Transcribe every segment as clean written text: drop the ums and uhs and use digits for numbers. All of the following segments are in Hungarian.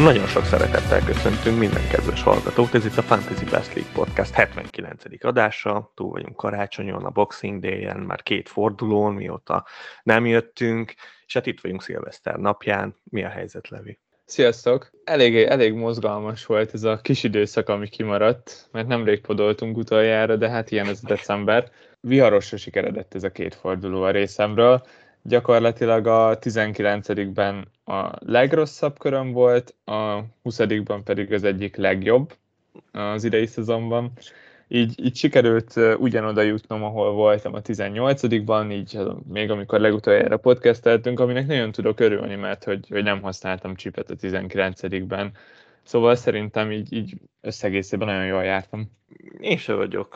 Nagyon sok szeretettel köszöntünk minden kedves hallgatót, ez itt a Fantasy Best League Podcast 79. adása, túl vagyunk karácsonyon, a Boxing Day-en, már 2 fordulón, mióta nem jöttünk, és hát itt vagyunk szilveszter napján. Mi a helyzet, Levi? Sziasztok! Elég mozgalmas volt ez a kis időszak, ami kimaradt, mert nemrég podoltunk utoljára, de hát ilyen ez a december. Viharosra sikeredett ez a 2 forduló a részemről. Gyakorlatilag a 19-ben a legrosszabb köröm volt, a 20-ban pedig az egyik legjobb az idei szezonban. Így sikerült ugyanoda jutnom, ahol voltam a 18-ban, így még amikor legutoljára podcasteltünk, aminek nagyon tudok örülni, mert hogy nem használtam chipet a 19-ben. Szóval szerintem így összegészében nagyon jól jártam. Én sem vagyok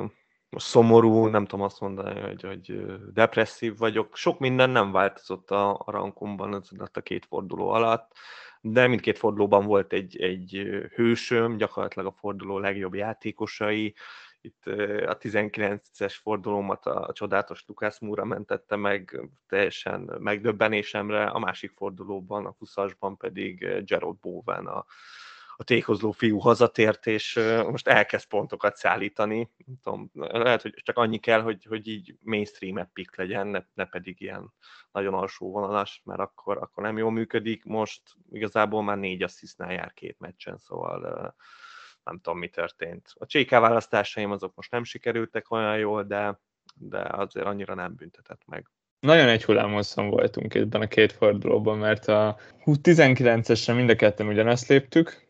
szomorú, nem tudom azt mondani, hogy depresszív vagyok. Sok minden nem változott a rankomban az a 2 forduló alatt, de mindkét fordulóban volt egy hősöm, gyakorlatilag a forduló legjobb játékosai. Itt a 19-es fordulómat a csodálatos Lucas Moura mentette meg teljesen megdöbbenésemre, a másik fordulóban, a 20-asban pedig Jarrod Bowen, a tékozló fiú hazatért, és most elkezd pontokat szállítani. Nem tudom, lehet, hogy csak annyi kell, hogy így mainstream pick legyen, ne pedig ilyen nagyon alsó vonalas, mert akkor nem jól működik. Most igazából már 4 asszisztnál jár 2 meccsen, szóval nem tudom, mi történt. A CK választásaim azok most nem sikerültek olyan jól, de azért annyira nem büntetett meg. Nagyon egy hullámhosszon voltunk ebben a 2 fordulóban, mert a 19-esre mind a ketten ugyanazt léptük,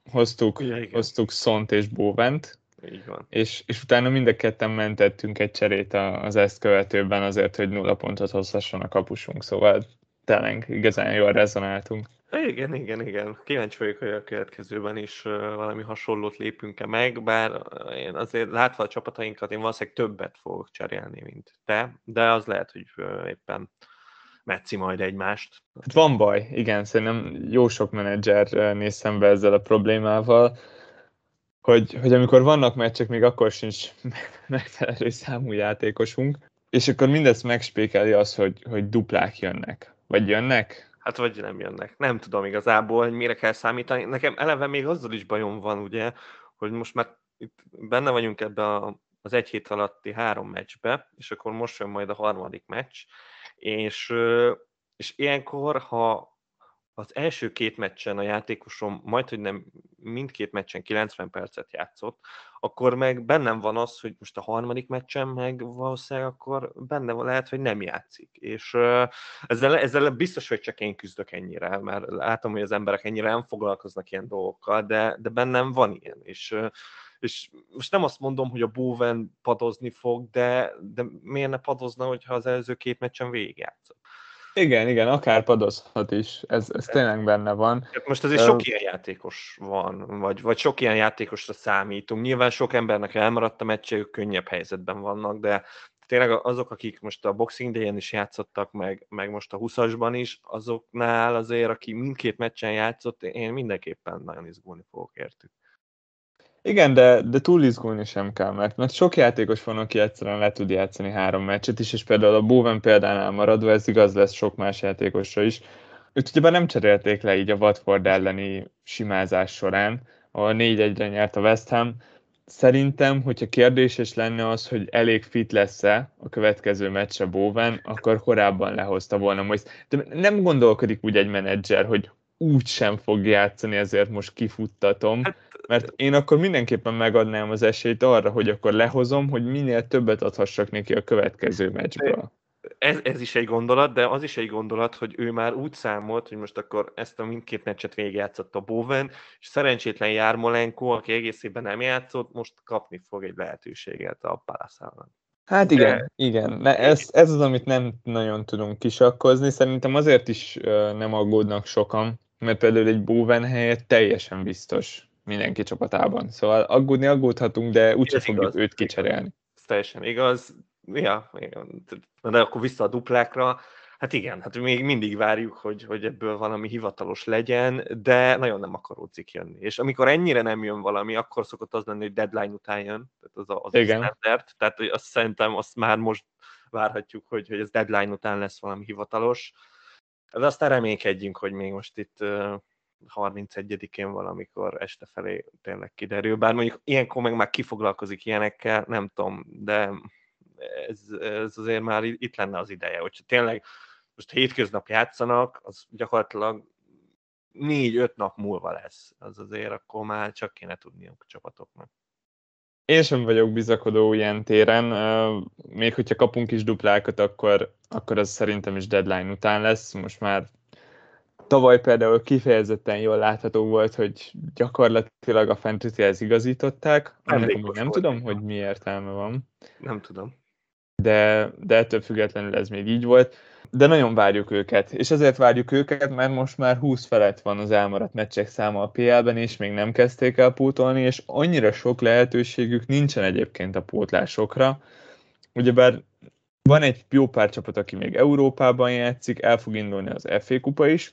hoztuk Sont és Bowent, így van. És utána mind a ketten mentettünk egy cserét az ezt követőben azért, hogy 0 pontot hozhasson a kapusunk, szóval tényleg igazán jól rezonáltunk. Igen. Kíváncsi vagyok, hogy a következőben is valami hasonlót lépünk-e meg, bár én azért látva a csapatainkat, én valószínűleg többet fogok cserélni, mint te, de az lehet, hogy éppen metszi majd egymást. Hát van baj, igen, szerintem jó sok menedzser néz szembe ezzel a problémával, hogy amikor vannak meccsek, még akkor sincs megfelelő számú játékosunk, és akkor mindezt megspékeli az, hogy duplák jönnek. Vagy jönnek? Hát vagy nem jönnek. Nem tudom igazából, hogy mire kell számítani. Nekem eleve még azzal is bajom van, ugye, hogy most már itt benne vagyunk ebbe az 1 hét alatti 3 meccsbe, és akkor most jön majd a 3. meccs, és ilyenkor, ha az első 2 meccsen a játékosom majdhogy nem mindkét meccsen 90 percet játszott, akkor meg bennem van az, hogy most a 3. meccsen meg valószínűleg akkor benne lehet, hogy nem játszik. És ezzel biztos, hogy csak én küzdök ennyire, mert látom, hogy az emberek ennyire nem foglalkoznak ilyen dolgokkal, de bennem van ilyen. És most nem azt mondom, hogy a Bowen padozni fog, de miért ne padozna, hogyha az előző 2 meccsen végigjátszott? Igen, akár padozhat is, ez tényleg benne van. Most azért sok ilyen játékos van, vagy sok ilyen játékosra számítunk. Nyilván sok embernek elmaradt a meccse, ők könnyebb helyzetben vannak, de tényleg azok, akik most a Boxing Day-en is játszottak, meg most a 20-asban is, azoknál azért, aki mindkét meccsen játszott, én mindenképpen nagyon izgulni fogok értük. Igen, de túl izgulni sem kell, mert sok játékos van, aki egyszerűen le tud játszani 3 meccset is, és például a Bowen példánál maradva, ez igaz lesz sok más játékosra is. Őt ugyebár nem cserélték le így a Watford elleni simázás során, ahol 4-1-re nyert a West Ham. Szerintem, hogyha kérdéses lenne az, hogy elég fit lesz-e a következő meccsre Bowen, akkor korábban lehozta volna most. De nem gondolkodik úgy egy menedzser, hogy úgy sem fog játszani, ezért most kifuttatom. Mert én akkor mindenképpen megadnám az esélyt arra, hogy akkor lehozom, hogy minél többet adhassak neki a következő meccsből. Ez is egy gondolat, de az is egy gondolat, hogy ő már úgy számolt, hogy most akkor ezt a mindkét meccset végigjátszott a Bowen, és szerencsétlen Jarmolenko, aki egészében nem játszott, most kapni fog egy lehetőséget a Palace ellen. Hát igen. Ez az, amit nem nagyon tudunk kisakkozni. Szerintem azért is nem aggódnak sokan, mert például egy Bowen helyett teljesen biztos mindenki csapatában. Szóval aggódhatunk, de úgyse fogjuk őt kicserélni. Ez teljesen igaz. Ja, de akkor vissza a duplákra. Hát igen, hát még mindig várjuk, hogy ebből valami hivatalos legyen, de nagyon nem akaródzik jönni. És amikor ennyire nem jön valami, akkor szokott az lenni, hogy deadline után jön. Tehát az a standard. Tehát azt szerintem azt már most várhatjuk, hogy ez deadline után lesz valami hivatalos. De aztán reménykedjünk, hogy még most itt 31-én valamikor este felé tényleg kiderül, bár mondjuk ilyenkor meg már kifoglalkozik ilyenekkel, nem tudom, de ez azért már itt lenne az ideje, hogyha tényleg most hétköznap játszanak, az gyakorlatilag 4-5 nap múlva lesz. Az azért akkor már csak kéne tudniuk a csapatoknak. Én sem vagyok bizakodó ilyen téren, még hogyha kapunk is duplákat, akkor az szerintem is deadline után lesz. Most már tavaly például kifejezetten jól látható volt, hogy gyakorlatilag a fantasyhez igazították, aminek amúgy nem tudom, hogy mi értelme van. Nem tudom. De ettől függetlenül ez még így volt. De nagyon várjuk őket, és azért várjuk őket, mert most már 20 felett van az elmaradt meccsek száma a PL-ben, és még nem kezdték el pótolni, és annyira sok lehetőségük nincsen egyébként a pótlásokra. Ugyebár van egy jó pár csapat, aki még Európában játszik, el fog indulni az FA kupa is,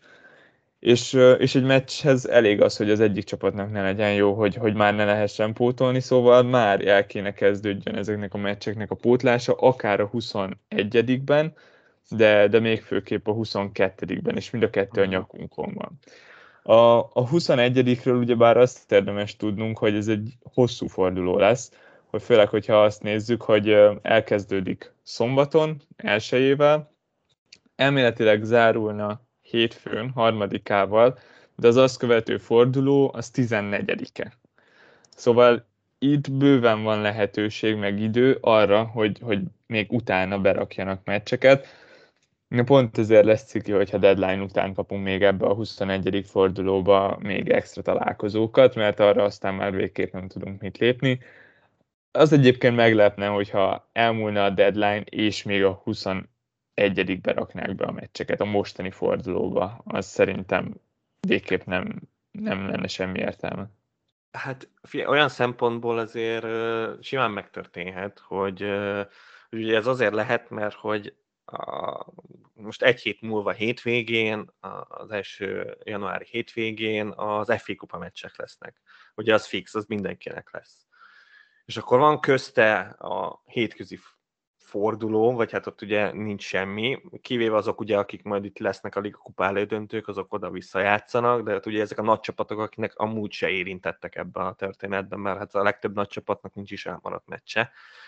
és egy meccshez elég az, hogy az egyik csapatnak ne legyen jó, hogy már ne lehessen pótolni, szóval már el kéne kezdődjön ezeknek a meccseknek a pótlása, akár a 21-ben, de még főképp a 22-ben, és mind a kettő a nyakunkon van. A 21-ről ugyebár azt érdemes tudnunk, hogy ez egy hosszú forduló lesz, hogy főleg, hogyha azt nézzük, hogy elkezdődik szombaton, elsőjével, elméletileg zárulna hétfőn, harmadikával, de az azt követő forduló az 14-e. Szóval itt bőven van lehetőség, meg idő arra, hogy még utána berakjanak meccseket. Pont ezért lesz ciki, hogyha deadline után kapunk még ebbe a 21. fordulóba még extra találkozókat, mert arra aztán már végképp nem tudunk mit lépni. Az egyébként meglepne, hogyha elmúlna a deadline, és még a 21-be raknák be a meccseket a mostani fordulóba. Az szerintem végképp nem lenne semmi értelme. Hát olyan szempontból azért simán megtörténhet, hogy ugye ez azért lehet, mert hogy most egy hét múlva hétvégén, az első januári hétvégén az FA kupa meccsek lesznek. Ugye az fix, az mindenkinek lesz. És akkor van közte a hétközi forduló, vagy hát ott ugye nincs semmi, kivéve azok ugye, akik majd itt lesznek a Liga kupa elődöntők, azok oda-vissza játszanak, de hát ugye ezek a nagy csapatok, akinek amúgy se érintettek ebben a történetben, mert hát a legtöbb nagy csapatnak nincs is elmaradt meccse.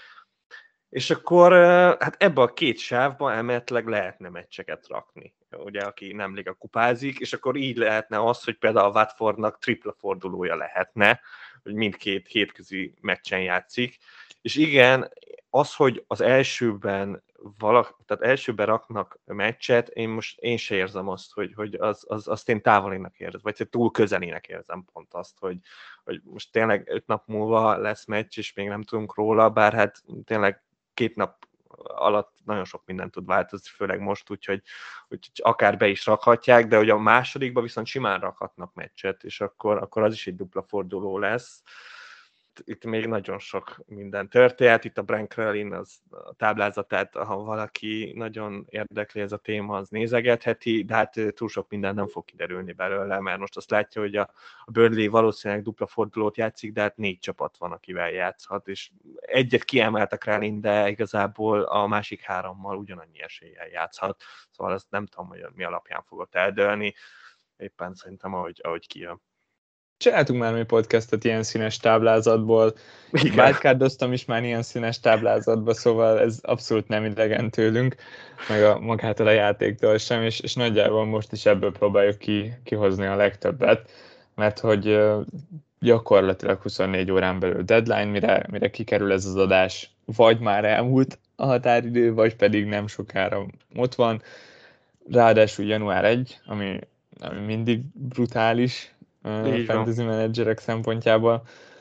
És akkor hát ebbe a két sávba elméletileg lehetne meccseket rakni, ugye, aki nem Liga kupázik, és akkor így lehetne az, hogy például a Watfordnak tripla fordulója lehetne, hogy mindkét hétközi meccsen játszik, és igen, az, hogy az elsőben tehát elsőben raknak meccset, én se érzem azt, hogy azt én távolinak érzem, vagy túl közelének érzem pont azt, hogy most tényleg 5 nap múlva lesz meccs, és még nem tudunk róla, bár hát tényleg 2 nap alatt nagyon sok minden tud változni, főleg most, úgyhogy akár be is rakhatják, de hogy a másodikba viszont simán rakhatnak meccset, és akkor az is egy dupla forduló lesz. Itt még nagyon sok minden történt. Itt a Brand Krellin az a táblázatát, ha valaki nagyon érdekli ez a téma, az nézegetheti, de hát túl sok minden nem fog kiderülni belőle, mert most azt látja, hogy a Burnley valószínűleg dupla fordulót játszik, de hát 4 csapat van, akivel játszhat, és egyet kiemelt a Krellin, de igazából a másik 3-mal ugyanannyi eséllyel játszhat, szóval ezt nem tudom, hogy mi alapján fogott eldőlni, éppen szerintem ahogy kijön. Csináltunk már mi podcastot ilyen színes táblázatból, wildcardoztam is már ilyen színes táblázatba, szóval ez abszolút nem idegen tőlünk, meg magától a játéktól sem, és nagyjából most is ebből próbáljuk kihozni a legtöbbet, mert hogy gyakorlatilag 24 órán belül deadline, mire kikerül ez az adás, vagy már elmúlt a határidő, vagy pedig nem sokára ott van, ráadásul január 1, ami mindig brutális, fantasy menedzserek szempontjából.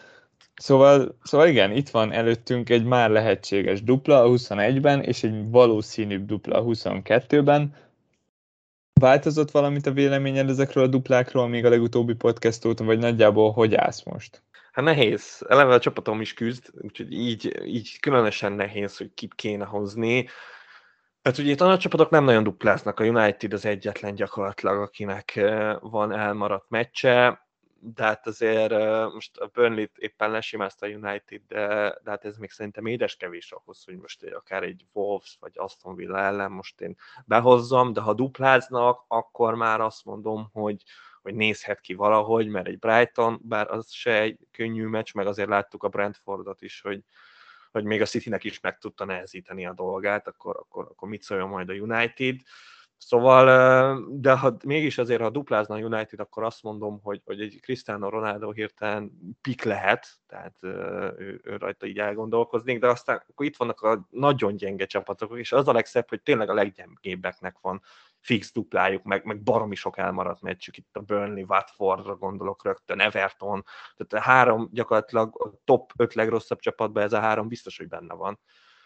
Szóval igen, itt van előttünk egy már lehetséges dupla a 21-ben, és egy valószínűbb dupla a 22-ben. Változott valamit a véleményed ezekről a duplákról még a legutóbbi podcast óta, vagy nagyjából hogy állsz most? Hát nehéz. Eleve a csapatom is küzd, úgyhogy így különösen nehéz, hogy kit kéne hozni. Hát ugye itt a nagy csapatok nem nagyon dupláznak, a United az egyetlen gyakorlatilag, akinek van elmaradt meccse, de hát azért most a Burnley-t éppen lesimázta a United, de hát ez még szerintem édes kevés ahhoz, hogy most akár egy Wolves vagy Aston Villa ellen most én behozzam, de ha dupláznak, akkor már azt mondom, hogy hogy nézhet ki valahogy, mert egy Brighton, bár az se egy könnyű meccs, meg azért láttuk a Brentfordot is, hogy még a Citynek is meg tudta nehezíteni a dolgát, akkor mit szóljon majd a United. Szóval, de ha mégis azért, ha duplázna a United, akkor azt mondom, hogy egy Cristiano Ronaldo hirtelen pik lehet, tehát ő rajta így elgondolkoznék, de aztán akkor itt vannak a nagyon gyenge csapatok, és az a legszebb, hogy tényleg a leggyengébbeknek van fix duplájuk, meg baromi sok elmaradt meccsük, itt a Burnley, Watfordra gondolok rögtön, Everton, tehát a három gyakorlatilag a top 5 legrosszabb csapatban ez a három biztos, hogy benne van.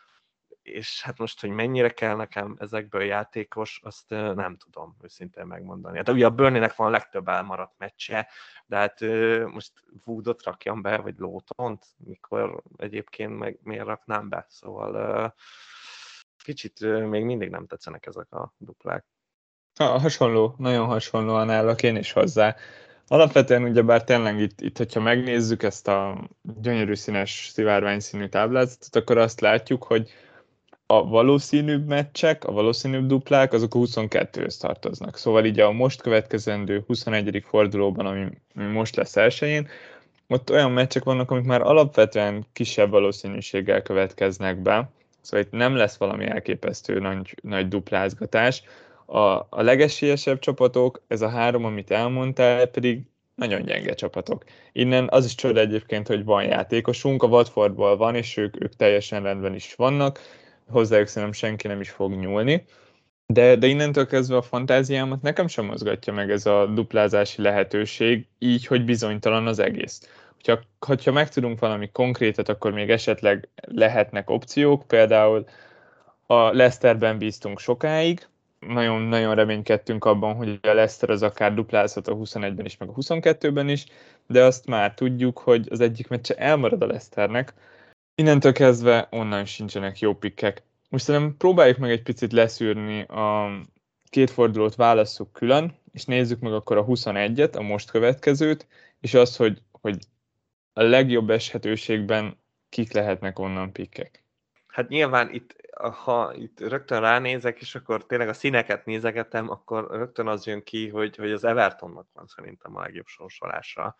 És hát most, hogy mennyire kell nekem ezekből játékos, azt nem tudom őszintén megmondani. Hát ugye a Burnley-nek van a legtöbb elmaradt meccse, de hát most Woodot rakjam be, vagy Lowtont, mikor egyébként meg miért raknám be. Szóval kicsit még mindig nem tetszenek ezek a duplák. Hasonló, nagyon hasonlóan állok én is hozzá. Alapvetően ugyebár tényleg itt, hogyha megnézzük ezt a gyönyörű színes, szivárvány színű táblázatot, akkor azt látjuk, hogy a valószínűbb meccsek, a valószínűbb duplák, azok a 22-höz tartoznak. Szóval így a most következendő 21. fordulóban, ami most lesz elsőjén, ott olyan meccsek vannak, amik már alapvetően kisebb valószínűséggel következnek be, szóval itt nem lesz valami elképesztő nagy duplázgatás. A legesélyesebb csapatok, ez a három, amit elmondtál, pedig nagyon gyenge csapatok. Innen az is csoda egyébként, hogy van játékosunk, a Watfordból van, és ők teljesen rendben is vannak, hozzájuk szerintem senki nem is fog nyúlni. De innentől kezdve a fantáziámat nekem sem mozgatja meg ez a duplázási lehetőség, így, hogy bizonytalan az egész. Ha megtudunk valami konkrétat, akkor még esetleg lehetnek opciók, például a Leicesterben bíztunk sokáig, nagyon-nagyon reménykedtünk abban, hogy a Leicester az akár duplázhat a 21-ben is, meg a 22-ben is, de azt már tudjuk, hogy az egyik meccse elmarad a Leicesternek. Innentől kezdve onnan sincsenek jó pikkek. Most szerintem próbáljuk meg egy picit leszűrni a két fordulót, válasszuk külön, és nézzük meg akkor a 21-et, a most következőt, és az, hogy a legjobb eshetőségben kik lehetnek onnan pikkek. Hát nyilván itt, ha itt rögtön ránézek, és akkor tényleg a színeket nézegetem, akkor rögtön az jön ki, hogy az Evertonnak van szerintem a legjobb sorsolása.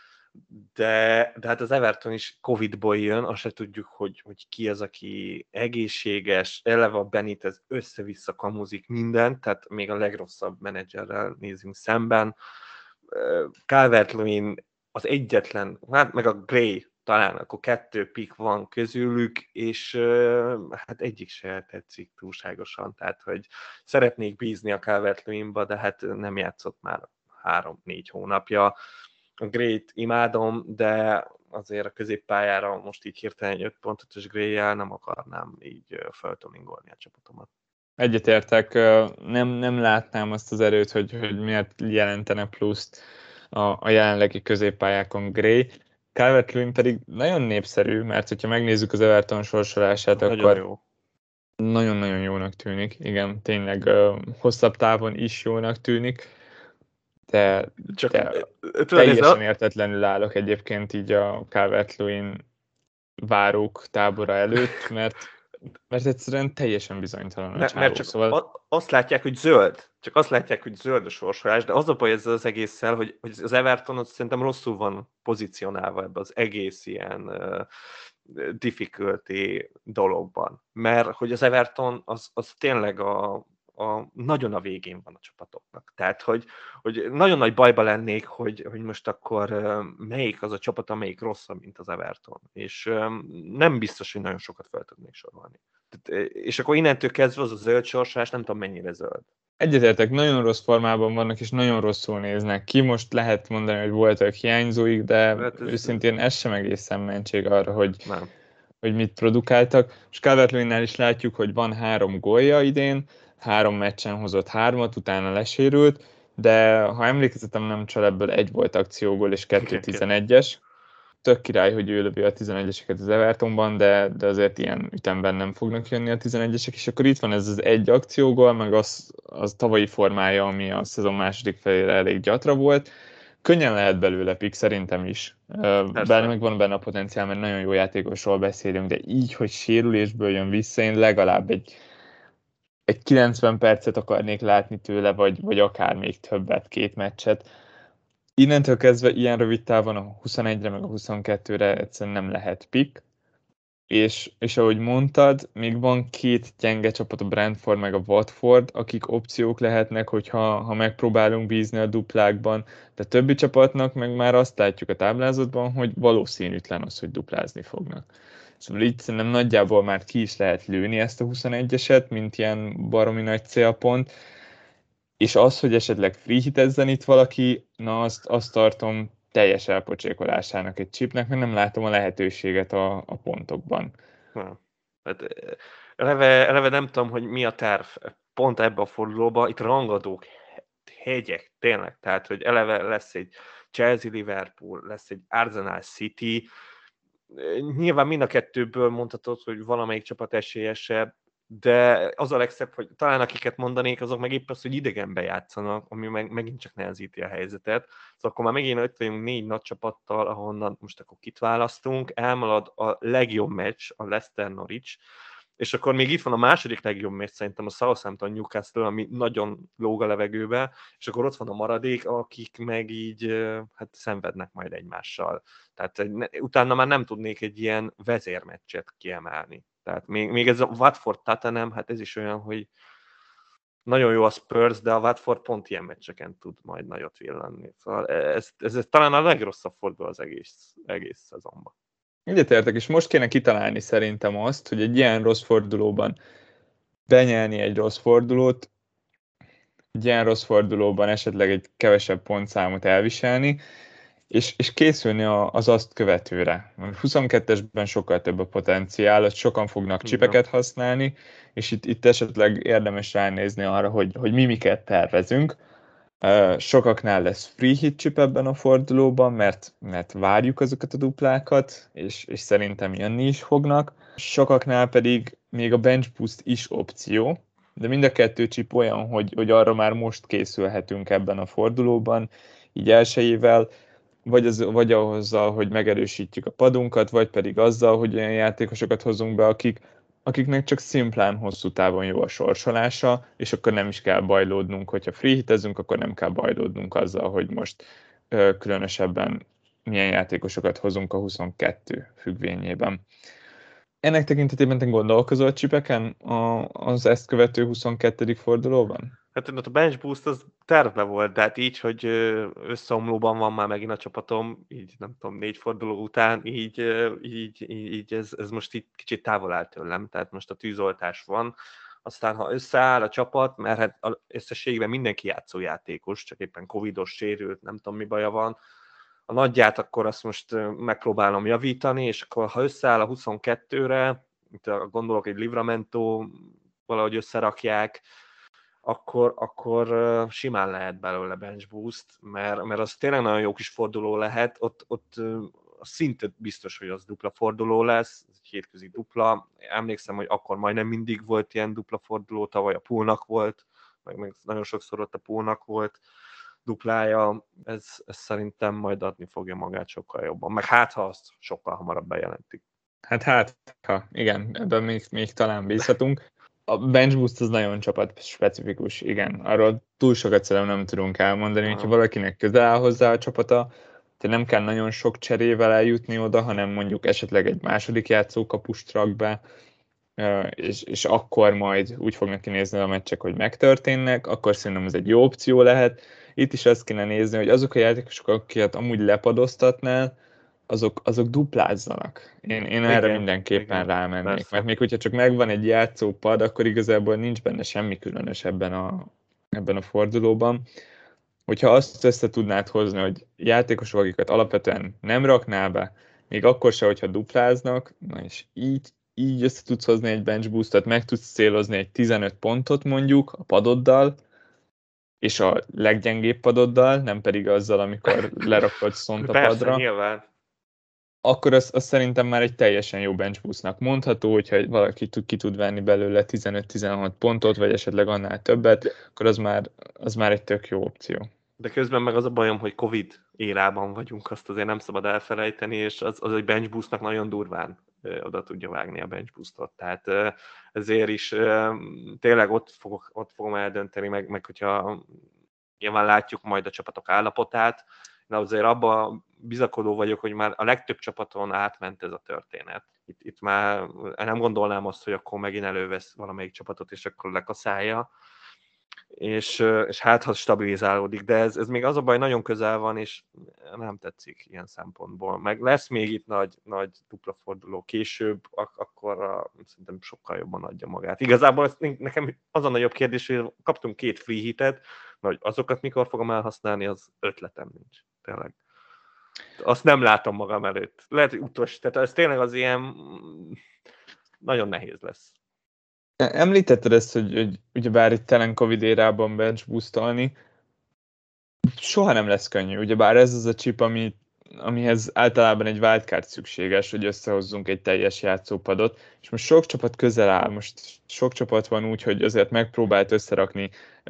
De hát az Everton is Covid-ból jön, azt se tudjuk, hogy ki az, aki egészséges, eleve a Benitez össze-vissza kamuzik mindent, tehát még a legrosszabb menedzserrel nézünk szemben. Calvert-Lewin az egyetlen, hát meg a Gray, talán akkor 2 pick van közülük, és hát egyik se tetszik túlságosan, tehát hogy szeretnék bízni a Calvert-Lewinba, de hát nem játszott már 3-4 hónapja. A Gray-t imádom, de azért a középpályára most így hirtelen 5 pontot és Gray-jel nem akarnám így feltoningolni a csapatomat. Egyetértek, nem látnám azt az erőt, hogy miért jelentene pluszt a jelenlegi középpályákon Gray. Calvert-Lewin pedig nagyon népszerű, mert hogyha megnézzük az Everton sorsolását, nagyon akkor jó. Nagyon-nagyon jónak tűnik. Igen, tényleg hosszabb távon is jónak tűnik, de teljesen értetlenül állok egyébként így a Calvert-Lewin várók tábora előtt, mert egyszerűen teljesen bizonytalan a csávó. Mert csak szóval... azt látják, hogy zöld. Csak azt látják, hogy zöld a sorsolás, de az a baj ezzel az egésszel, hogy az Everton az szerintem rosszul van pozícionálva ebbe az egész ilyen difficulty dologban. Mert hogy az Everton az tényleg nagyon a végén van a csapatoknak. Tehát, hogy nagyon nagy bajba lennék, hogy most akkor melyik az a csapat, amelyik rosszabb, mint az Everton. És nem biztos, hogy nagyon sokat fel tudnék sorolni. És akkor innentől kezdve az a zöld sorsolás, nem tudom mennyire zöld. Egyetértek, nagyon rossz formában vannak, és nagyon rosszul néznek ki. Most lehet mondani, hogy voltak hiányzóik, de hát őszintén ez sem egészen mentség arra, hogy mit produkáltak. És Calvert-Lewinnál is látjuk, hogy van 3 gólja idén, 3 meccsen hozott 3-at, utána lesérült, de ha emlékezetem nem csal, ebből 1 volt akciógól, és 2 11-es. Tök király, hogy ő lövi a 11-eseket az Evertonban, de azért ilyen ütemben nem fognak jönni a 11-esek, és akkor itt van ez az 1 akciógól, meg az tavalyi formája, ami a szezon második felére elég gyatra volt. Könnyen lehet belőle pick, szerintem is. Bár megvan benne a potenciál, mert nagyon jó játékosról beszélünk, de így, hogy sérülésből jön vissza, én legalább egy 90 percet akarnék látni tőle, vagy akár még többet, 2 meccset. Innentől kezdve ilyen rövid távon a 21-re meg a 22-re egyszerűen nem lehet pick, és ahogy mondtad, még van két gyenge csapat, a Brentford meg a Watford, akik opciók lehetnek, hogyha megpróbálunk bízni a duplákban, de a többi csapatnak meg már azt látjuk a táblázatban, hogy valószínűtlen az, hogy duplázni fognak. Szóval így szerintem nagyjából már ki is lehet lőni ezt a 21-eset, mint ilyen baromi nagy célpont, és az, hogy esetleg free hitezzen itt valaki, na azt tartom teljes elpocsékolásának egy chipnek, mert nem látom a lehetőséget a pontokban. Nem. Hát, eleve nem tudom, hogy mi a terv pont ebbe a fordulóba, itt rangadók, hegyek, tényleg, tehát, hogy eleve lesz egy Chelsea-Liverpool, lesz egy Arsenal-City, nyilván mind a kettőből mondhatod, hogy valamelyik csapat esélyesebb, de az a legszebb, hogy talán akiket mondanék, azok meg épp az, hogy idegenbe játszanak, ami megint csak nehezíti a helyzetet. Szóval akkor már megint ott vagyunk 4 nagy csapattal, ahonnan most akkor kit választunk, elmarad a legjobb meccs, a Leicester-Norwich, és akkor még itt van a második legjobb meccs, szerintem a Southampton-Newcastle, ami nagyon lóg a levegőbe, és akkor ott van a maradék, akik meg így hát szenvednek majd egymással. Tehát utána már nem tudnék egy ilyen vezérmeccset kiemelni. Tehát még ez a Watford Tottenham, hát ez is olyan, hogy nagyon jó a Spurs, de a Watford pont ilyen meccseken tud majd nagyot villanni. Szóval ez talán a legrosszabb fordul az egész szezonban. Egyetértek, és most kéne kitalálni szerintem azt, hogy egy ilyen rossz fordulóban benyelni egy rossz fordulót, egy ilyen rossz fordulóban esetleg egy kevesebb pontszámot elviselni, és készülni az azt követőre. A 22-esben sokkal több a potenciál, ott sokan fognak csipeket használni, és itt esetleg érdemes ránézni arra, hogy mi miket tervezünk. Sokaknál lesz free hit chip ebben a fordulóban, mert várjuk azokat a duplákat, és szerintem jönni is fognak. Sokaknál pedig még a bench boost is opció, de mind a kettő chip olyan, hogy arra már most készülhetünk ebben a fordulóban, így elsőjével, vagy azzal, hogy megerősítjük a padunkat, vagy pedig azzal, hogy olyan játékosokat hozunk be, akiknek csak szimplán hosszú távon jó a sorsolása, és akkor nem is kell bajlódnunk, hogyha free hitezünk, akkor nem kell bajlódnunk azzal, hogy most különösebben milyen játékosokat hozunk a 22 függvényében. Ennek tekintetében te gondolkozol csipeken az ezt követő 22. fordulóban? Hát a bench boost az tervbe volt, de hát így, hogy összeomlóban van már megint a csapatom, így nem tudom, 4 forduló után, így ez most így kicsit távol áll tőlem, tehát most a tűzoltás van, aztán ha összeáll a csapat, mert hát összességében mindenki játszójátékos, csak éppen covidos, sérült, nem tudom mi baja van, a nagyját akkor azt most megpróbálom javítani, és akkor ha összeáll a 22-re, gondolok egy Livramento, valahogy összerakják, akkor simán lehet belőle bench boost, mert az tényleg nagyon jó kis forduló lehet, ott szinte biztos, hogy az dupla forduló lesz, ez egy hétközi dupla. Emlékszem, hogy akkor majdnem mindig volt ilyen dupla forduló, tavaly a poolnak volt, meg nagyon sokszor ott a poolnak volt duplája, ez szerintem majd adni fogja magát sokkal jobban. Meg hát, ha azt sokkal hamarabb bejelentik. Hát, igen, ebben még talán bízhatunk. A bench boost az nagyon csapat specifikus, igen. Arról túl sokat szerintem nem tudunk elmondani, hogyha valakinek közel áll hozzá a csapata, tehát nem kell nagyon sok cserével eljutni oda, hanem mondjuk esetleg egy második játszókapust rak be, és akkor majd úgy fognak kinézni a meccsek, hogy megtörténnek, akkor szerintem ez egy jó opció lehet. Itt is azt kéne nézni, hogy azok a játékosok, akiket amúgy lepadoztatnál, azok duplázzanak. Én erre mindenképpen rámennék. Persze. Mert még hogyha csak megvan egy játszópad, akkor igazából nincs benne semmi különös ebben a fordulóban. Hogyha azt össze tudnád hozni, hogy játékosok, akiket alapvetően nem raknál be, még akkor se, hogyha dupláznak, na és így össze tudsz hozni egy bench boostot, meg tudsz célozni egy 15 pontot mondjuk a padoddal, és a leggyengébb padoddal, nem pedig azzal, amikor lerakod Szont a padra. Persze, nyilván. Akkor az szerintem már egy teljesen jó bench boostnak mondható, hogyha valaki ki tud venni belőle 15-16 pontot, vagy esetleg annál többet, akkor az már egy tök jó opció. De közben meg az a bajom, hogy Covid érában vagyunk, azt azért nem szabad elfelejteni, és az egy bench boostnak nagyon durván oda tudja vágni a bench boostot. Tehát ezért is tényleg ott fogom eldönteni, meg hogyha nyilván látjuk majd a csapatok állapotát, de azért abban bizakodó vagyok, hogy már a legtöbb csapaton átment ez a történet. Itt már nem gondolnám azt, hogy akkor megint elővesz valamelyik csapatot, és akkor lekaszálja, és hát ha stabilizálódik, de ez még az a baj, nagyon közel van, és nem tetszik ilyen szempontból. Meg lesz még itt nagy dupla forduló később, akkor szerintem sokkal jobban adja magát. Igazából nekem az a nagyobb kérdés, hogy kaptunk 2 free hitet, hogy azokat mikor fogom elhasználni, az ötletem nincs. Tényleg. Azt nem látom magam előtt. Lehet, hogy utolsó, tehát ez tényleg az ilyen nagyon nehéz lesz. Említetted ezt, hogy ugyebár itt telen Covid érában bench boostolni, soha nem lesz könnyű. Ugyebár ez az a chip, amihez általában egy wildcard szükséges, hogy összehozzunk egy teljes játszópadot, és most sok csapat közel áll, most sok csapat van úgy, hogy azért megpróbált összerakni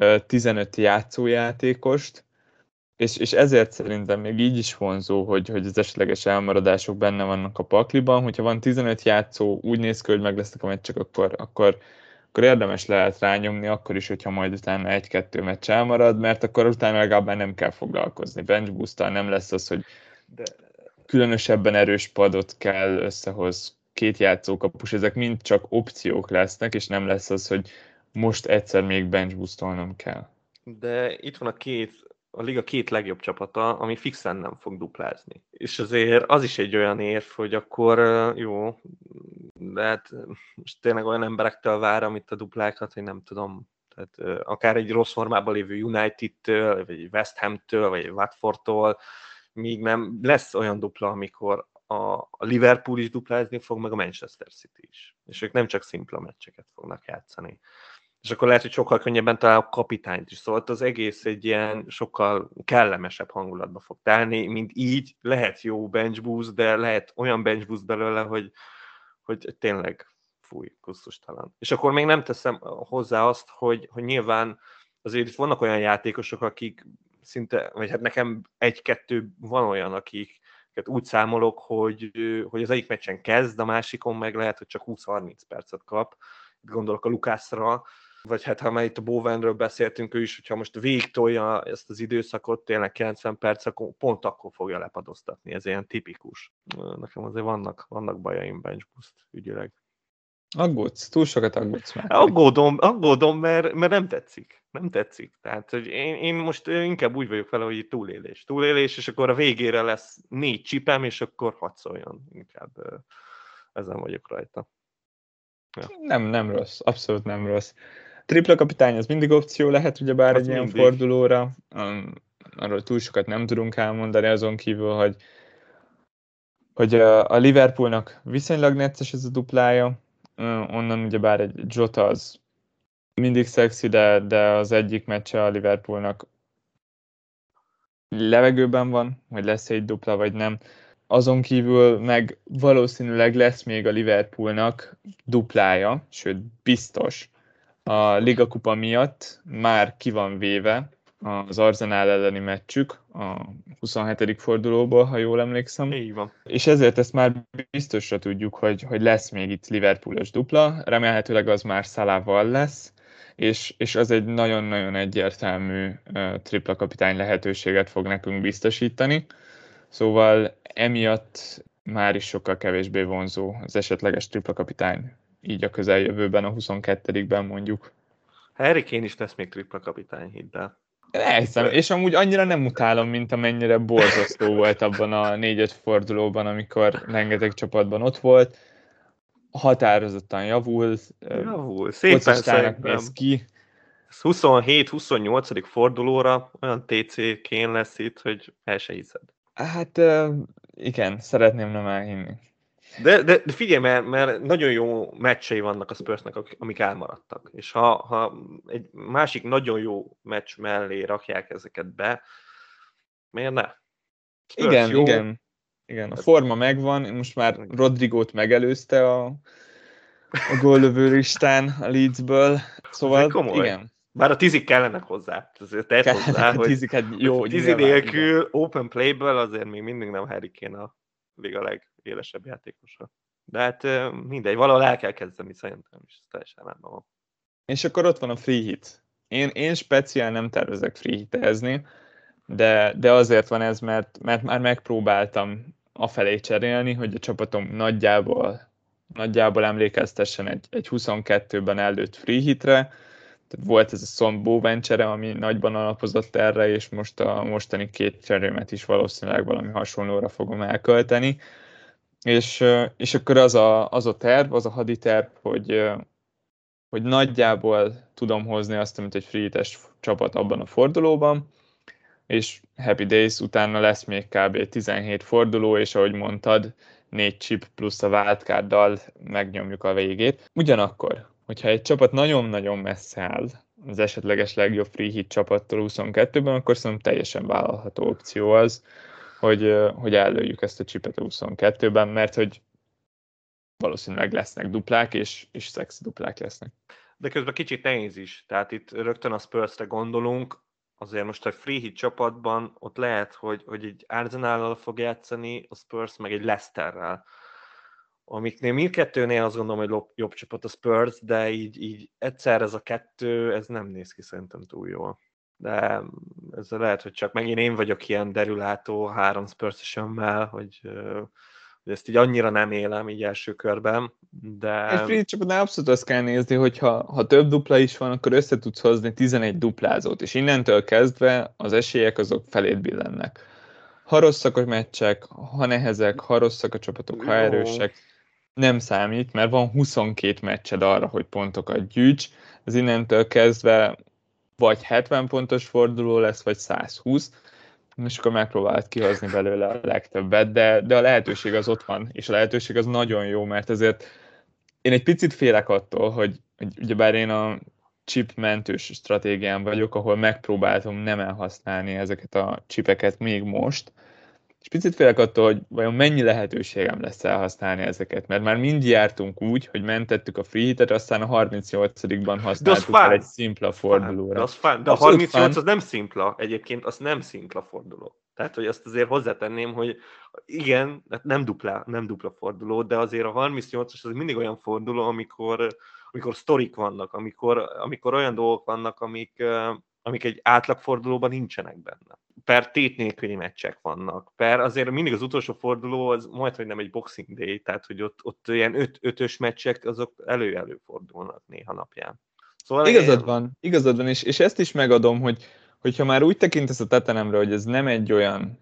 15 játszójátékost, és ezért szerintem még így is vonzó, hogy az esetleges elmaradások benne vannak a pakliban, hogyha van 15 játszó, úgy néz ki, hogy meg lesznek a meccsek, akkor érdemes lehet rányomni, akkor is, hogyha majd utána 1-2 meccs elmarad, mert akkor utána legalább nem kell foglalkozni. Bench boosttal nem lesz az, hogy különösebben erős padot kell összehoz 2 játszókapus, ezek mind csak opciók lesznek, és nem lesz az, hogy most egyszer még bench boostolnom kell. De itt van a liga 2 legjobb csapata, ami fixen nem fog duplázni. És azért az is egy olyan érv, hogy akkor jó, de hát most tényleg olyan emberektől várom itt a duplákat, hogy nem tudom, tehát akár egy rossz formában lévő United-től, vagy egy West Ham-től, vagy egy Watfordtól, míg nem lesz olyan dupla, amikor a Liverpool is duplázni fog, meg a Manchester City is. És ők nem csak szimpla meccseket fognak játszani. És akkor lehet, hogy sokkal könnyebben találok kapitányt is. Szóval az egész egy ilyen sokkal kellemesebb hangulatba fog telni, mint így lehet jó bench boost, de lehet olyan bench boost belőle, hogy tényleg kusztustalan. És akkor még nem teszem hozzá azt, hogy nyilván azért itt vannak olyan játékosok, akik szinte, vagy hát nekem 1-2 van olyan, akiket úgy számolok, hogy az egyik meccsen kezd, a másikon meg lehet, hogy csak 20-30 percet kap. Itt gondolok a Lukászra, vagy hát ha már itt a Bowenről beszéltünk, ő is, hogyha most végigtolja ezt az időszakot, tényleg 90 perc, akkor pont akkor fogja lepadoztatni, ez ilyen tipikus. Nekem azért vannak bajaim bench boost ügyileg. Aggódsz, túl sokat aggódsz már. Aggódom, mert nem tetszik. Nem tetszik. Tehát, hogy én most inkább úgy vagyok vele, hogy túlélés, és akkor a végére lesz 4 csipem, és akkor hadd szóljon. Inkább ezen vagyok rajta. Ja. Nem rossz, abszolút nem rossz. Tripla kapitány az mindig opció lehet, ugyebár egy ilyen fordulóra. Arról túl sokat nem tudunk elmondani, azon kívül, hogy a Liverpoolnak viszonylag necces ez a duplája. Onnan ugyebár egy Jota az mindig szexi, de az egyik meccse a Liverpoolnak levegőben van, hogy lesz egy dupla vagy nem. Azon kívül meg valószínűleg lesz még a Liverpoolnak duplája, sőt biztos. A Liga Kupa miatt már ki van véve az Arsenal elleni meccsük a 27. fordulóból, ha jól emlékszem. Így van. És ezért ezt már biztosra tudjuk, hogy lesz még itt Liverpoolos dupla, remélhetőleg az már Salahval lesz, és az egy nagyon-nagyon egyértelmű tripla kapitány lehetőséget fog nekünk biztosítani. Szóval emiatt már is sokkal kevésbé vonzó az esetleges tripla kapitány, így a közeljövőben, a 22-ben mondjuk. Harry Kane is lesz még tripla kapitány, hidd el. Elhiszem, és amúgy annyira nem utálom, mint amennyire borzasztó volt abban a 4-5 fordulóban, amikor rengeteg csapatban ott volt. Határozottan javul, szépen szerintem. Néz ki. 27-28. fordulóra olyan TC Kane lesz itt, hogy el se hiszed. Hát igen, szeretném nem elhinni. De figyelj, mert nagyon jó meccsei vannak a Spursnek, amik elmaradtak. És ha egy másik nagyon jó meccs mellé rakják ezeket be, miért ne? Spurs igen, a forma megvan, most már Rodrigót megelőzte a góllövő listán a Leedsből, szóval igen. Bár a tizik kellenek hozzá. Azért tett hozzá, hogy tizi nélkül igen. Open Play-ből azért még mindig nem Harry Kane a liga legélesebb játékosa. De hát mindegy, valahol el kell kezdeni szerintem is, teljesen rendben van. És akkor ott van a free hit. Én speciál nem tervezek free hitezni. de azért van ez, mert már megpróbáltam afelé cserélni, hogy a csapatom nagyjából emlékeztessen egy 22-ben előtt free hitre. Tehát volt ez a Son Bowen csere, ami nagyban alapozott erre, és most a mostani 2 cserémet is valószínűleg valami hasonlóra fogom elkölteni. És akkor az a terv, az a haditerv, hogy nagyjából tudom hozni azt, amit egy free hites csapat abban a fordulóban, és Happy Days utána lesz még kb. 17 forduló, és ahogy mondtad, 4 chip plusz a wildcarddal megnyomjuk a végét. Ugyanakkor, hogyha egy csapat nagyon-nagyon messze áll az esetleges legjobb free hit csapattól 22-ben, akkor szerintem teljesen vállalható opció az, hogy ellőjük ezt a chipet a 22-ben, mert hogy valószínűleg lesznek duplák, és szexi duplák lesznek. De közben kicsit nehéz is. Tehát itt rögtön a Spursre gondolunk, azért most a free hit csapatban ott lehet, hogy egy Arsenal-al fog játszani a Spurs, meg egy Leicesterrel. Amiknél mindkettőnél azt gondolom, hogy jobb csapat a Spurs, de így egyszer ez a kettő, ez nem néz ki szerintem túl jól. De ez lehet, hogy csak megint én vagyok ilyen derülátó 3 Spurs-ösömmel, hogy ezt így annyira nem élem így első körben, de... Egy free csapatnál abszolút azt kell nézni, hogy ha több dupla is van, akkor össze tudsz hozni 11 duplázót, és innentől kezdve az esélyek azok felét billennek. Ha rosszak a meccsek, ha nehezek, ha rosszak a csapatok, ha erősek, nem számít, mert van 22 meccsed arra, hogy pontokat gyűjts, az innentől kezdve vagy 70 pontos forduló lesz, vagy 120, és akkor megpróbált kihozni belőle a legtöbbet, de a lehetőség az ott van, és a lehetőség az nagyon jó, mert ezért én egy picit félek attól, hogy ugyebár én a chip mentős stratégián vagyok, ahol megpróbáltam nem elhasználni ezeket a chipeket még most, és picit félek attól, hogy vajon mennyi lehetőségem lesz elhasználni ezeket, mert már mind jártunk úgy, hogy mentettük a free hitet, aztán a 38-ban használtuk el egy szimpla fordulóra. De a 38 az nem szimpla, egyébként az nem szimpla forduló. Tehát, hogy azt azért hozzátenném, hogy igen, nem dupla forduló, de azért a 38-as az mindig olyan forduló, amikor sztorik vannak, amikor olyan dolgok vannak, amik egy átlagfordulóban nincsenek benne. Per tét nélküli meccsek vannak. Per azért mindig az utolsó forduló az majdhogy nem egy Boxing Day, tehát hogy ott ilyen ötös meccsek azok előfordulnak néha napján. Szóval igazad van, és ezt is megadom, hogyha már úgy tekintesz a Tottenhamre, hogy ez nem egy olyan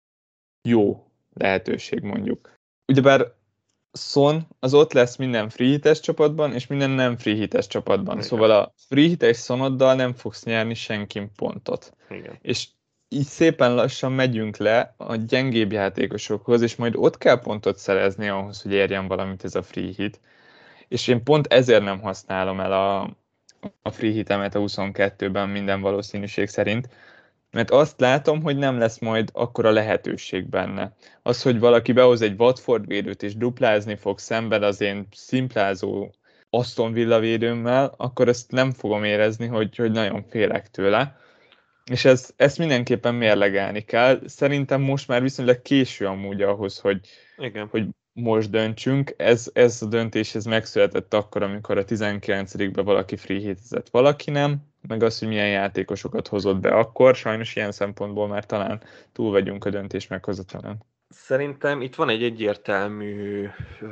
jó lehetőség mondjuk. Ugyebár Son az ott lesz minden free hites csapatban, és minden nem free hites csapatban. Igen. Szóval a free hites Sonoddal nem fogsz nyerni senkin pontot. Igen. És így szépen lassan megyünk le a gyengébb játékosokhoz, és majd ott kell pontot szerezni ahhoz, hogy érjen valamit ez a free hit. És én pont ezért nem használom el a free hitemet a 22-ben minden valószínűség szerint, mert azt látom, hogy nem lesz majd akkora lehetőség benne. Az, hogy valaki behoz egy Watford védőt és duplázni fog szemben az én szimplázó Aston Villa védőmmel, akkor ezt nem fogom érezni, hogy nagyon félek tőle. És ezt mindenképpen mérlegelni kell. Szerintem most már viszonylag késő amúgy ahhoz, hogy most döntsünk. Ez a döntés megszületett akkor, amikor a 19-ben valaki free hitezett, valaki nem, meg az, hogy milyen játékosokat hozott be akkor. Sajnos ilyen szempontból már talán túl vagyunk a döntés meghozatalán. Szerintem itt van egy egyértelmű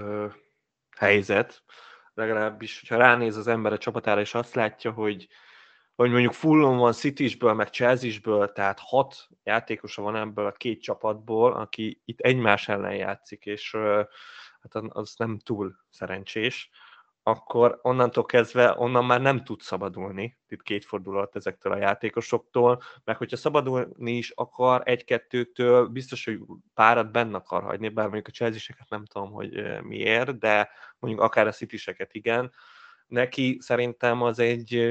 helyzet, legalábbis, hogyha ránéz az ember a csapatára, és azt látja, hogy mondjuk Fulham van Citysből, meg Chelsea-ből, tehát 6 játékosa van ebből a 2 csapatból, aki itt egymás ellen játszik, és hát az nem túl szerencsés, akkor onnantól kezdve onnan már nem tud szabadulni, itt 2 fordulat ezektől a játékosoktól, meg hogyha szabadulni is akar 1-2-től, biztos, hogy párat benne akar hagyni, bár mondjuk a Chelsea-seket nem tudom, hogy miért, de mondjuk akár a City-seket igen. Neki szerintem az egy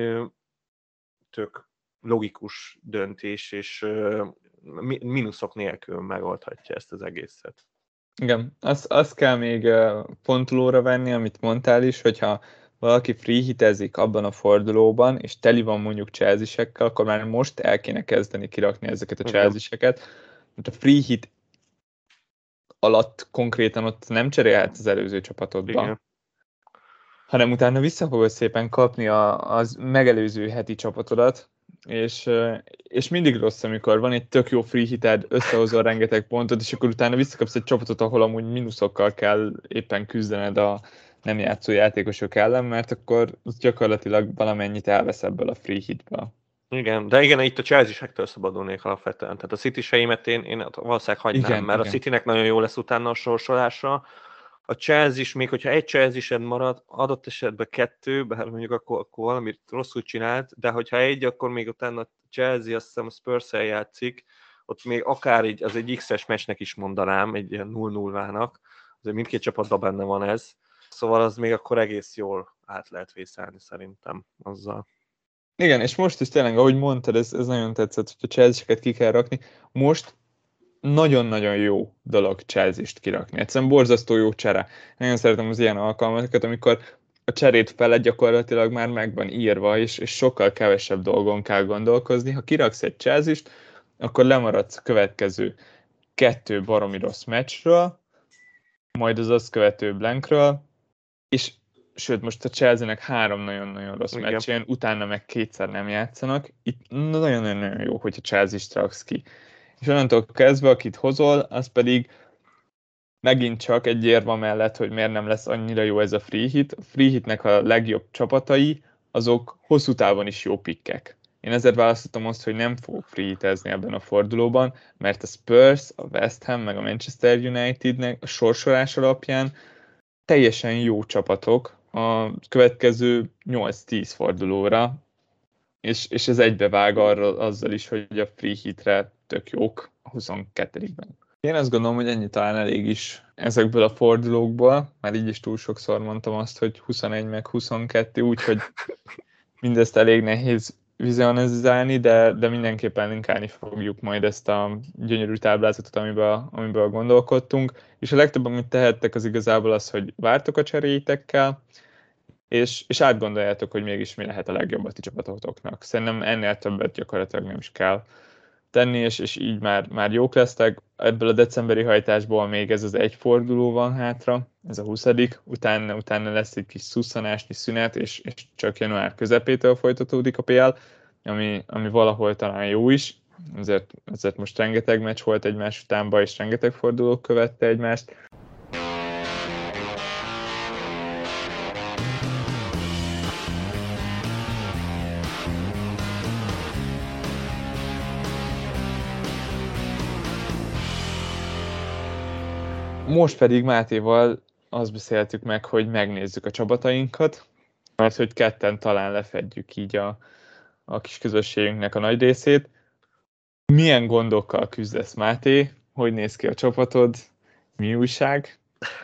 tök logikus döntés, és mínuszok nélkül megoldhatja ezt az egészet. Igen, azt kell még pontolóra venni, amit mondtál is, hogyha valaki free hitezik abban a fordulóban, és teli van mondjuk Chelsea-sekkel, akkor már most el kéne kezdeni kirakni ezeket a Chelsea-seket, mert a free hit alatt konkrétan ott nem cserélhetsz az előző csapatodba. Igen. Hanem utána vissza fogod szépen kapni az megelőző heti csapatodat, és mindig rossz, amikor van egy tök jó free hited, összehozol rengeteg pontot, és akkor utána visszakapsz egy csapatot, ahol amúgy mínuszokkal kell éppen küzdened a nem játszó játékosok ellen, mert akkor gyakorlatilag valamennyit elvesz ebből a free hitből. Igen, de igen, itt a Chelsea-sektől szabadulnék alapvetően. Tehát a City-seimet én valószínűleg hagynám, Igen, mert a igen. Citynek nagyon jó lesz utána a sorsolása. A Chelsea is, még hogyha egy Chelsea-sed marad, adott esetben 2, bár mondjuk akkor valamit rosszul csinált, de hogyha egy, akkor még utána a Chelsea, azt hiszem a Spurs-el játszik, ott még akár így, az egy X-es meccsnek is mondanám, egy ilyen 0-0-ának, azért mindkét csapatban benne van ez, szóval az még akkor egész jól át lehet vészelni szerintem azzal. Igen, és most is tényleg, ahogy mondtad, ez nagyon tetszett, hogy a Chelsea-ket ki kell rakni. Most nagyon-nagyon jó dolog Chelsea-t kirakni. Egyszerűen borzasztó jó csere. Nagyon szeretem az ilyen alkalmakat, amikor a cserét fele gyakorlatilag már meg van írva, és sokkal kevesebb dolgon kell gondolkozni. Ha kiraksz egy Chelsea-t, akkor lemaradsz a következő 2 baromi rossz meccsről, majd az azt követő blankről, és sőt, most a Chelsea-nek 3 nagyon-nagyon rossz meccsén, utána meg 2-szer nem játszanak. Itt nagyon-nagyon jó, hogyha Chelsea-t raksz ki. És onnantól kezdve, akit hozol, az pedig megint csak egy érva mellett, hogy miért nem lesz annyira jó ez a free hit. A free hitnek a legjobb csapatai, azok hosszú távon is jó pikkek. Én ezért választottam azt, hogy nem fogok free hitezni ebben a fordulóban, mert a Spurs, a West Ham, meg a Manchester Unitednek a sorsolás alapján teljesen jó csapatok a következő 8-10 fordulóra, és ez egybevág azzal is, hogy a free hitre tök jók a 22-ben. Én azt gondolom, hogy ennyi talán elég is ezekből a fordulókból, már így is túl sokszor mondtam azt, hogy 21 meg 22, úgyhogy mindezt elég nehéz vizionalizálni, de mindenképpen linkálni fogjuk majd ezt a gyönyörű táblázatot, amiből gondolkodtunk, és a legtöbb, amit tehettek, az igazából az, hogy vártok a cseréitekkel, és átgondoljátok, hogy mégis mi lehet a legjobb a ti csapatotoknak. Szerintem ennél többet gyakorlatilag nem is kell tenni, és így már jók lesztek. Ebből a decemberi hajtásból még ez az egy forduló van hátra, ez a 20. Utána lesz egy kis szusszanásnyi szünet, és csak január közepétől folytatódik a PL, ami valahol talán jó is. Ezért most rengeteg meccs volt egymás utánba, és rengeteg forduló követte egymást. Most pedig Mátéval azt beszéltük meg, hogy megnézzük a csapatainkat, mert hogy ketten talán lefedjük így a kis közösségünknek a nagy részét. Milyen gondokkal küzdesz, Máté? Hogy néz ki a csapatod? Mi újság?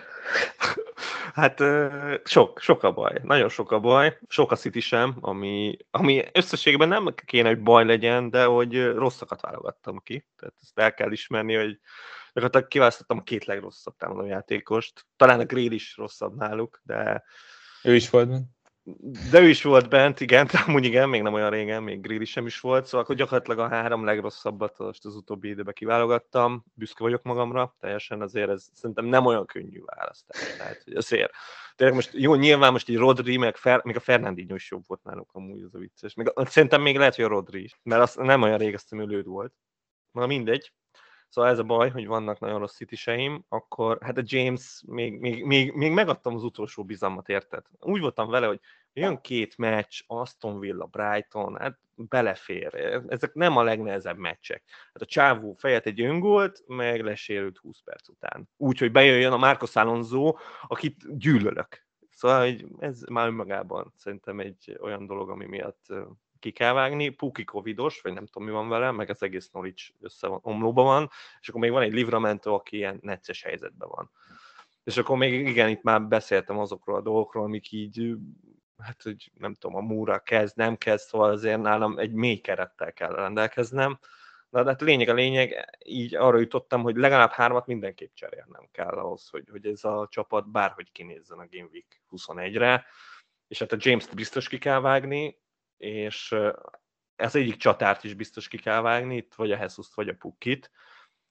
Hát sok a baj, nagyon sok a baj, sok a City sem, ami összességében nem kéne, hogy baj legyen, de hogy rosszakat válogattam ki, tehát ezt el kell ismerni, hogy gyakorlatilag kiválasztottam a 2 legrosszabb támadójátékost, talán a Grill is rosszabb náluk, de Ő is volt benne. De ő is volt bent, igen, amúgy igen, még nem olyan régen, még Grealish sem is volt, szóval akkor gyakorlatilag a 3 legrosszabbat most az utóbbi időben kiválogattam, büszke vagyok magamra, teljesen azért ez szerintem nem olyan könnyű választás, tehát hogy azért. Tényleg most jó, nyilván most egy Rodri, még a Fernandinho is jobb volt náluk amúgy, az a vicces. Szerintem még lehet, hogy a Rodri is, mert az nem olyan rég, azt lőd volt. Na mindegy. Szóval ez a baj, hogy vannak nagyon rossz City-seim, akkor hát a James még megadtam az utolsó bizalmat, érted? Úgy voltam vele, hogy jön 2 meccs, Aston Villa, Brighton, hát belefér. Ezek nem a legnehezebb meccsek. Hát a csávó fejet egy öngolt, meg lesérült 20 perc után. Úgyhogy bejöjjön a Marcos Alonso, akit gyűlölök. Szóval hogy ez már önmagában szerintem egy olyan dolog, ami miatt ki kell vágni, Puki covidos, vagy nem tudom mi van vele, meg az egész Norwich omlóban van, és akkor még van egy Livramento, aki ilyen necces helyzetben van. És akkor még igen, itt már beszéltem azokról a dolgokról, amik így, hát hogy nem tudom, a múra kezd, nem kezd, szóval azért nálam egy mély kerettel kell rendelkeznem. De hát a lényeg, így arra jutottam, hogy legalább 3 mindenképp cserélnem kell ahhoz, hogy ez a csapat bárhogy kinézzen a Game Week 21-re, és hát a James-t biztos ki kell vágni, és ez egyik csatárt is biztos ki kell vágni, itt vagy a Jesus-t, vagy a Pukit,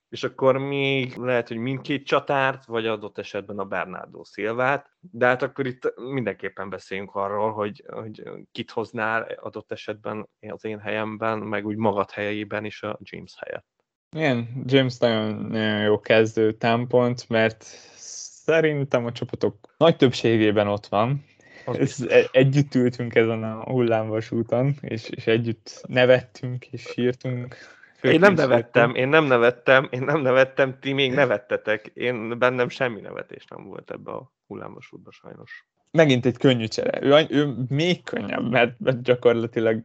és akkor még lehet, hogy mindkét csatárt, vagy adott esetben a Bernardo Silvát, de hát akkor itt mindenképpen beszéljünk arról, hogy kit hoznál adott esetben az én helyemben, meg úgy magad helyében is a James helyett. Igen, James nagyon, nagyon jó kezdő támpont, mert szerintem a csapatok nagy többségében ott van. Együtt ültünk ezen a hullámvasúton, és együtt nevettünk és sírtunk. Én nem nevettem, ti még nevettetek. Bennem semmi nevetés nem volt ebbe a hullámvasútba sajnos. Megint egy könnyű csere. Ő még könnyebb, mert gyakorlatilag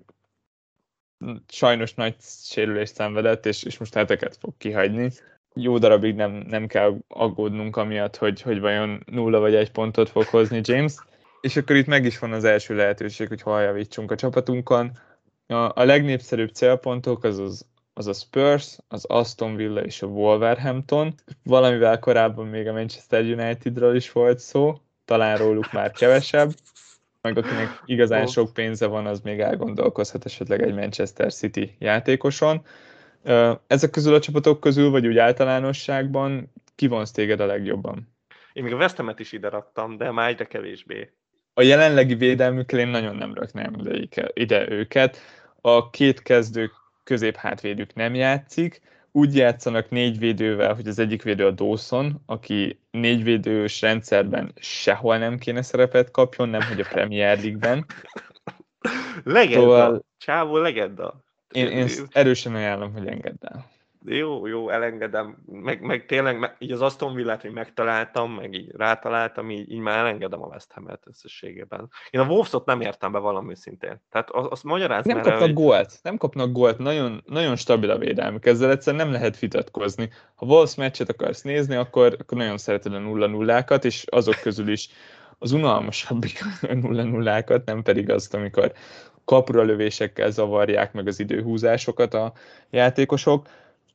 sajnos nagy sérülést szenvedett, és most heteket fog kihagyni. Jó darabig nem kell aggódnunk amiatt, hogy vajon 0 vagy 1 pontot fog hozni James. És akkor itt meg is van az első lehetőség, hogy hol javítsunk a csapatunkon. A legnépszerűbb célpontok az a Spurs, az Aston Villa és a Wolverhampton. Valamivel korábban még a Manchester Unitedről is volt szó, talán róluk már kevesebb. Meg akinek igazán sok pénze van, az még elgondolkozhat esetleg egy Manchester City játékoson. Ezek közül a csapatok közül, vagy úgy általánosságban kivonsz téged a legjobban? Én még a West Hamet is ide raktam, de már egyre kevésbé. A jelenlegi védelmükkel én nagyon nem raknám ide őket. A két kezdő középhátvédők nem játszik, úgy játszanak 4 védővel, hogy az egyik védő a Dawson, aki 4 védős rendszerben sehol nem kéne szerepet kapjon, nem hogy a Premier League-ben. Legenda, szóval csávó legenda. Én erősen ajánlom, hogy engedd el. Jó, elengedem. Meg tényleg így az Aston Villát, hogy megtaláltam, meg így rátaláltam, így már elengedem a West Hamet összességében. Én a Wolvesot nem értem be valami szintén. Tehát azt magyaráz nem már kapnak gólt. Nem kapnak gólt. Nagyon, nagyon stabil a védelmük. Ezzel egyszerűen nem lehet vitatkozni. Ha Wolves meccset akarsz nézni, akkor nagyon szereted a 0-0-ákat, és azok közül is az unalmasabbik 0-0-ákat, nem pedig azt, amikor kapura lövésekkel zavarják meg az időhúzásokat a játékosok.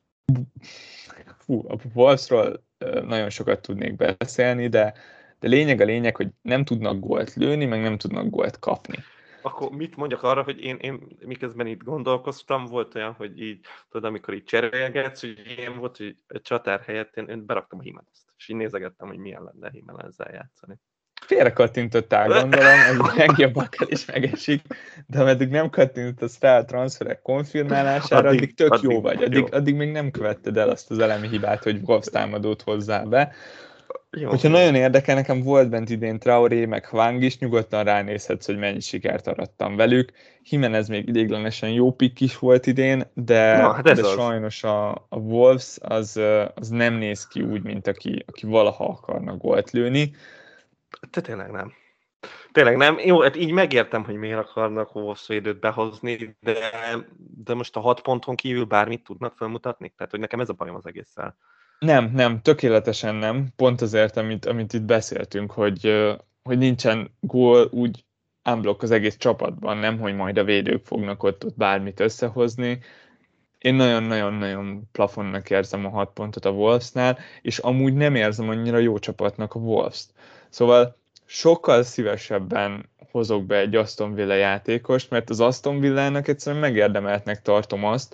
A Wolvesról nagyon sokat tudnék beszélni, de lényeg, hogy nem tudnak gólt lőni, meg nem tudnak gólt kapni. Akkor mit mondjak arra, hogy én miközben itt gondolkoztam, volt olyan, hogy így, tudod, amikor így cserélgetsz, hogy ilyen volt, hogy egy csatár helyett én beraktam a Jimenez-t, és így nézegettem, hogy milyen lenne Jimenezzel játszani. Félre kattintottál, gondolom, ez legjobbakkal is megesik, de ameddig nem kattintottsz rá a transferek konfirmálására, addig tök jó vagy. Addig még nem követted el azt az elemi hibát, hogy Wolves támadót hozzá be. Jó. Hogyha nagyon érdekel, nekem volt bent idén Traoré, meg Hwang is, nyugodtan ránézhetsz, hogy mennyi sikert arattam velük. Jimenez még ideiglenesen jó pikk is volt idén, de sajnos a Wolves az nem néz ki úgy, mint aki valaha akarna gólt lőni. Te tényleg nem. Jó, hát így megértem, hogy miért akarnak Wolves védőt behozni, de most a 6 ponton kívül bármit tudnak felmutatni? Tehát, hogy nekem ez a bajom az egésszel. Nem, tökéletesen nem. Pont azért, amit itt beszéltünk, hogy nincsen gól úgy unblock az egész csapatban, nem, hogy majd a védők fognak ott bármit összehozni. Én nagyon-nagyon-nagyon plafonnak érzem a 6 pontot a Wolvesnál, és amúgy nem érzem annyira jó csapatnak a Wolves-t. Szóval sokkal szívesebben hozok be egy Aston Villa játékost, mert az Aston Villának egyszerűen megérdemeltnek tartom azt,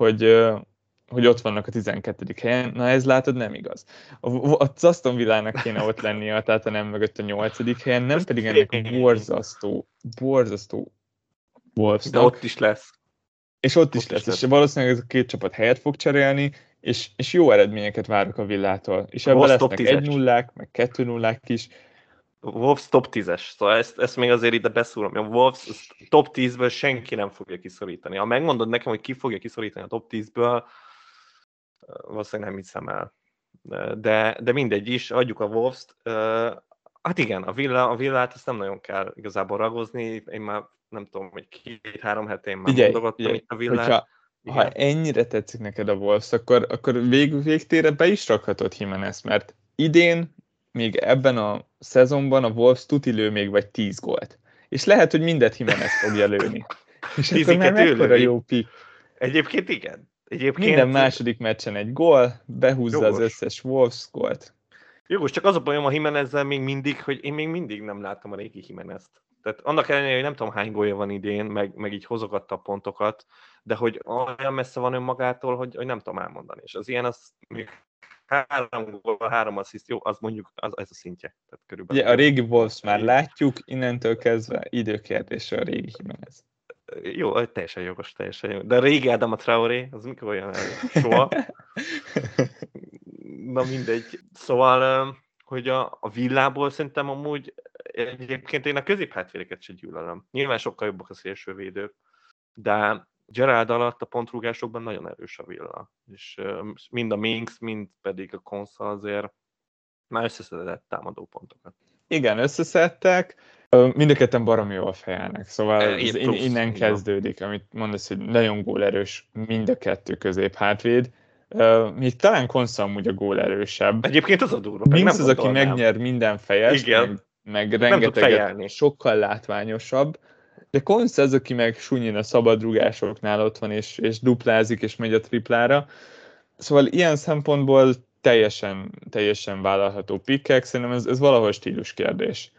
hogy ott vannak a 12. helyen. Na ez látod, nem igaz. Az Aston Villának kéne ott lennie a Tottenham mögött a 8. helyen, nem pedig ennek a borzasztó Wolvesnak. De ott is lesz. És ott is lesz. És valószínűleg ez a két csapat helyet fog cserélni, és jó eredményeket várok a Villától. És ebben lesznek 1-0-ák, meg 2-0-ák is. Wolves top 10-es, szóval ezt még azért ide beszúrom. A Wolves top 10-ből senki nem fogja kiszorítani. Ha megmondod nekem, hogy ki fogja kiszorítani a top 10-ből, valószínűleg nem hiszem el. De mindegy is, adjuk a Wolves-t. Hát igen, a Villát ezt nem nagyon kell igazából ragozni. Én már nem tudom, hogy 2-3 hete én már mondogattam itt a Villát. Ha ennyire tetszik neked a Wolves, akkor végtére be is rakhatod Jimenez, mert idén még ebben a szezonban a Wolves tuti lő még vagy 10 gólt. És lehet, hogy mindet Jimenez fogja lőni. És akkor már mekkora jó pick. Egyébként igen. Minden második meccsen egy gól, behúzza az összes Wolves gólt. Jó, csak az a bajom a Jimenezzel még mindig, hogy én még mindig nem láttam a régi Jimenezt. Tehát annak ellenére, hogy nem tudom hány gólja van idén, meg így hozogatta a pontokat, de hogy olyan messze van önmagától, hogy nem tudom elmondani. És az ilyen, az még 3 gól, 3 assziszt, jó, az mondjuk ez a szintje. Tehát Ugye körülbelül a jó. régi Wolves már látjuk, innentől kezdve időkérdésre a régi Jimenez. Jó, teljesen jogos, teljesen jogos. De a régi Adama Traoré, az mikor olyan el? Soha. Na mindegy. Szóval, hogy a Villából szerintem amúgy egyébként én a középhátvédeket sem gyűlölöm. Nyilván sokkal jobbak a szélsővédők, de Gerrard alatt a pontrúgásokban nagyon erős a Villa. És mind a Minks, mind pedig a Konsa azért már összeszedett támadó pontokat. Igen, összeszedtek, mind a ketten baromi jól fejelnek, szóval innen kezdődik, amit mondasz, hogy nagyon gólerős mind a kettő középhátvéd. Még talán Konsa amúgy a gólerősebb. Egyébként az a durva. Minks az, aki megnyer minden fejest, meg rengeteget, sokkal látványosabb, de Konsa az, aki meg sunyin a szabadrugásoknál ott van, és duplázik, és megy a triplára. Szóval ilyen szempontból teljesen vállalható pikkek, szerintem ez valahol stílus kérdés.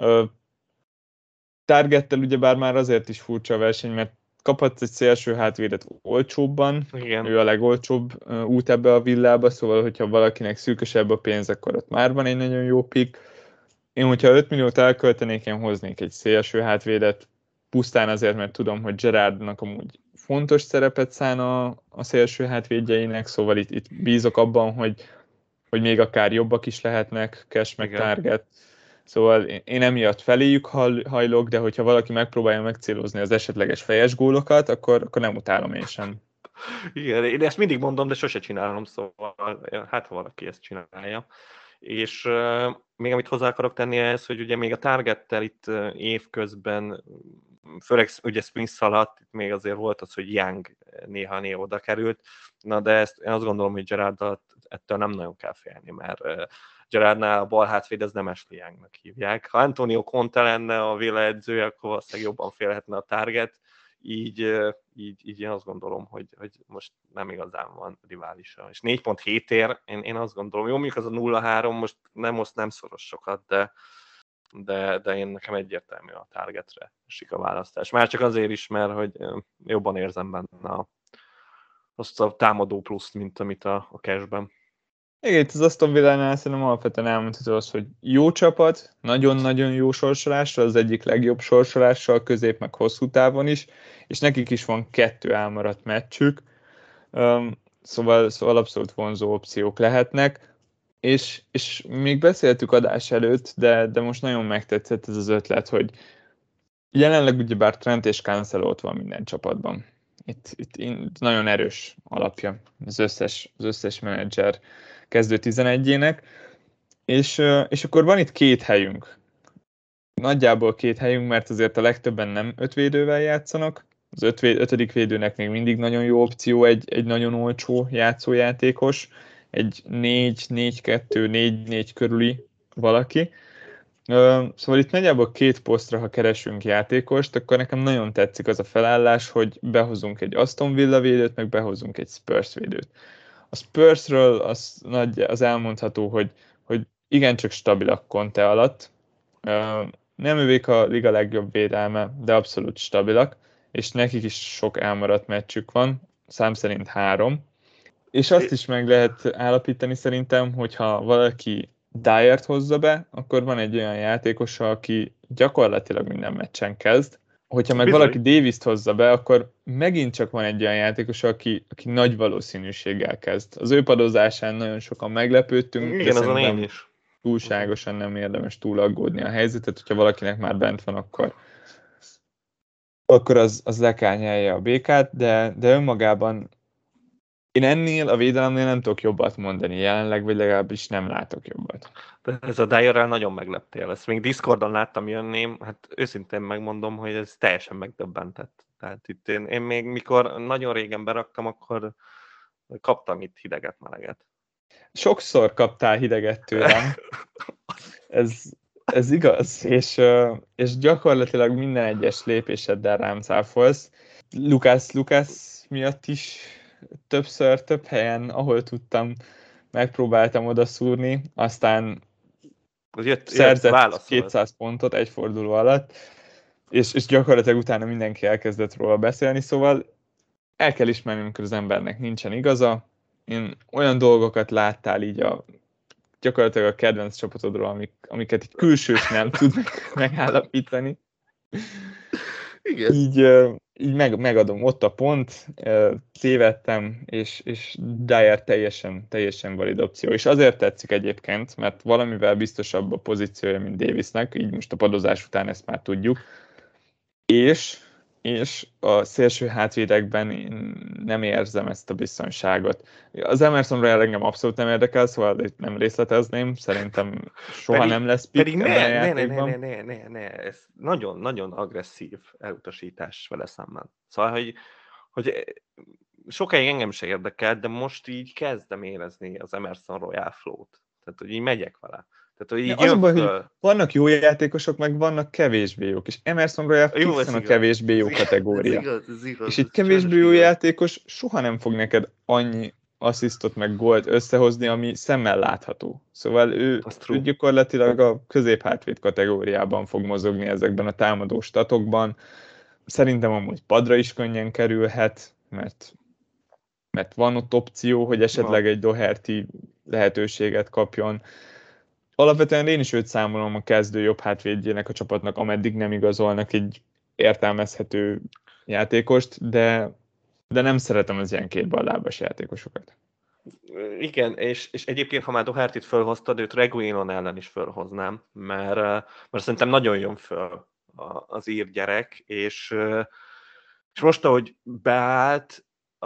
Targettel ugyebár már azért is furcsa a verseny, mert kaphatsz egy szélső hátvédet olcsóbban, igen. Ő a legolcsóbb út ebbe a villába, szóval hogyha valakinek szűkösebb a pénz, akkor ott már van egy nagyon jó pick. Én, hogyha 5 milliót elköltenék, én hoznék egy szélső hátvédet, pusztán azért, mert tudom, hogy Gerrardnak amúgy fontos szerepet szán a szélső hátvédjeinek, szóval itt bízok abban, hogy még akár jobbak is lehetnek, Cash meg Target. Szóval én emiatt feléjük hajlok, de hogyha valaki megpróbálja megcélozni az esetleges fejes gólokat, akkor nem utálom én sem. Igen, én ezt mindig mondom, de sose csinálom, szóval hát ha valaki ezt csinálja. És még amit hozzá akarok tenni ehhez, hogy ugye még a Targettel itt évközben, főleg ugye Smith alatt itt még azért volt az, hogy Young néha oda került, na de ezt én azt gondolom, hogy Gerrard ettől nem nagyon kell félni, mert Gerrardnál a bal hátvéd, ez nem Ashley Youngnak hívják. Ha Antonio Conte lenne a Villa edzője, akkor valószínűleg jobban félhetne a Target, így én azt gondolom, hogy most nem igazán van riválisa. És 4.7 ér, én azt gondolom, jó, mondjuk az a 0-3, most nem szoros sokat, de én nekem egyértelmű a Targetre esik a választás. Már csak azért is, mert hogy jobban érzem benne azt a támadó pluszt, mint amit a Cashben. Igen, itt az Aston Villánál szerintem alapvetően elmondható az, hogy jó csapat, nagyon-nagyon jó sorsolásra, az egyik legjobb sorsolással közép meg hosszú távon is, és nekik is van 2 elmaradt meccsük, szóval abszolút vonzó opciók lehetnek, és még beszéltük adás előtt, de most nagyon megtetszett ez az ötlet, hogy jelenleg ugyebár Trent és Cancelo ott van minden csapatban. Itt nagyon erős alapja az összes menedzser kezdő 11-jének, és akkor van itt 2 helyünk. Nagyjából 2 helyünk, mert azért a legtöbben nem 5 védővel játszanak. Az 5. védőnek még mindig nagyon jó opció, egy nagyon olcsó játszójátékos, egy 4-4-2, 4-4 körüli valaki. Szóval itt nagyjából 2 posztra, ha keresünk játékost, akkor nekem nagyon tetszik az a felállás, hogy behozunk egy Aston Villa védőt, meg behozunk egy Spurs védőt. A Spursről az elmondható, hogy igencsak stabilak Conte alatt. Nem ővék a liga legjobb védelme, de abszolút stabilak, és nekik is sok elmaradt meccsük van, szám szerint 3. És azt is meg lehet állapítani szerintem, hogyha valaki Dyert hozza be, akkor van egy olyan játékos, aki gyakorlatilag minden meccsen kezd. Hogyha meg valaki Davis-t hozza be, akkor megint csak van egy olyan játékos, aki nagy valószínűséggel kezd. Az ő padozásán nagyon sokan meglepődtünk, igen, azon én is. Túlságosan nem érdemes túl aggódni a helyzetet, hogyha valakinek már bent van, akkor az lekányelje a békát, de önmagában én ennél a védelemnél nem tudok jobbat mondani jelenleg, vagy legalábbis nem látok jobbat. De ez a Dyerrel nagyon megleptél. Ezt még Discordon láttam jönni, hát őszintén megmondom, hogy ez teljesen megdöbbentett. Tehát itt én még mikor nagyon régen beraktam, akkor kaptam itt hideget, meleget. Sokszor kaptál hideget tőlem. Ez igaz, és gyakorlatilag minden egyes lépéseddel rám cáfolsz. Lucas miatt is több helyen, ahol tudtam, megpróbáltam odaszúrni, aztán Jött szerzett válaszolat. 200 pontot egy forduló alatt, és gyakorlatilag utána mindenki elkezdett róla beszélni, szóval el kell ismerni, amikor az embernek nincsen igaza. Én olyan dolgokat láttál így gyakorlatilag a kedvenc csapatodról, amiket egy külsős nem tud megállapítani. Igen. Így megadom ott a pont, tévedtem, és Dyer teljesen valid opció. És azért tetszik egyébként, mert valamivel biztosabb a pozíciója, mint Davisnek, így most a padozás után ezt már tudjuk. És a szélső hátvédekben én nem érzem ezt a biztonságot. Az Emerson Royal engem abszolút nem érdekel, szóval nem részletezném, szerintem soha nem lesz pick ebben a játékban. Ne, ez nagyon agresszív elutasítás vele szemben. Szóval, hogy sokáig engem se érdekelt, de most így kezdem érezni az Emerson Royal flow-t. Tehát, hogy így megyek vele. Tehát, hogy így Az a baj, hogy vannak jó játékosok, meg vannak kevésbé jók, és Emerson Royal fixen a kevésbé jó kategória. Ez igaz, és egy kevésbé jó játékos soha nem fog neked annyi asszisztot meg gólt összehozni, ami szemmel látható. Szóval ő gyakorlatilag a középhátvéd kategóriában fog mozogni ezekben a támadó statokban. Szerintem amúgy padra is könnyen kerülhet, mert van ott opció, hogy esetleg egy Doherty lehetőséget kapjon. Alapvetően én is őt számolom a kezdő jobb hátvédjének a csapatnak, ameddig nem igazolnak egy értelmezhető játékost, de nem szeretem az ilyen kétballábas játékosokat. Igen, és egyébként, ha már Doherty-t fölhoztad, őt Reguilon ellen is fölhoznám, mert szerintem nagyon jön föl az ír gyerek, és most, ahogy beállt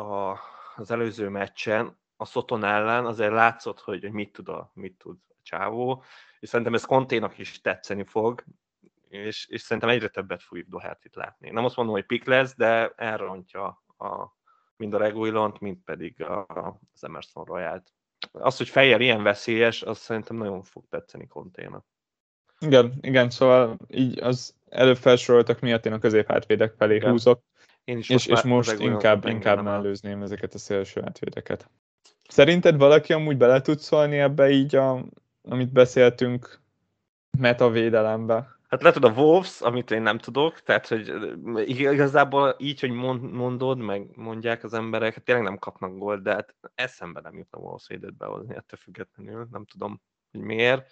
az előző meccsen, a Soton ellen, azért látszott, hogy mit tud a csávó, és szerintem ez Conténak is tetszeni fog, és szerintem egyre többet fogjuk Doherty-t látni. Nem azt mondom, hogy pick lesz, de elrontja mind a Reguilont, mind pedig az Emerson Royalt. Az, hogy fejjel ilyen veszélyes, az szerintem nagyon fog tetszeni Conténak. Igen, szóval így az előbb felsoroltak miatt én a középhátvédek felé húzok, és most inkább mellőzném ezeket a szélső hátvédeket. Szerinted valaki amúgy bele tud szólni ebbe így, amit beszéltünk metavédelembe? Hát lehet, a Wolves, amit én nem tudok, tehát hogy igazából így, hogy mondod, meg mondják az emberek, hát tényleg nem kapnak gólt, de hát eszembe nem jut a Wolves védőt behozni, ettől függetlenül, nem tudom, hogy miért.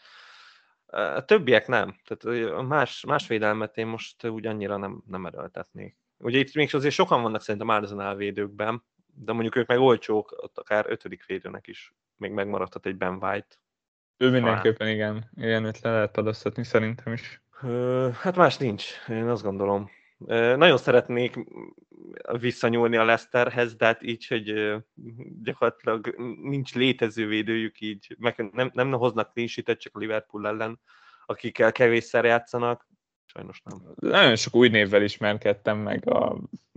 A többiek nem, tehát más védelmet én most úgy annyira nem erőltetnék. Ugye itt még azért sokan vannak szerintem Arsenal védőkben, de mondjuk ők meg olcsók, ott akár 5. védőnek is még megmaradhat egy Ben White. Ő mindenképpen igen, őt le lehet padoztatni szerintem is. Hát más nincs, én azt gondolom. Nagyon szeretnék visszanyúlni a Leicesterhez, de hát így, hogy gyakorlatilag nincs létező védőjük így, meg nem hoznak clean sheetet, csak a Liverpool ellen, akikkel kevésszer játszanak. Sajnos nem. Nagyon sok új névvel ismerkedtem meg a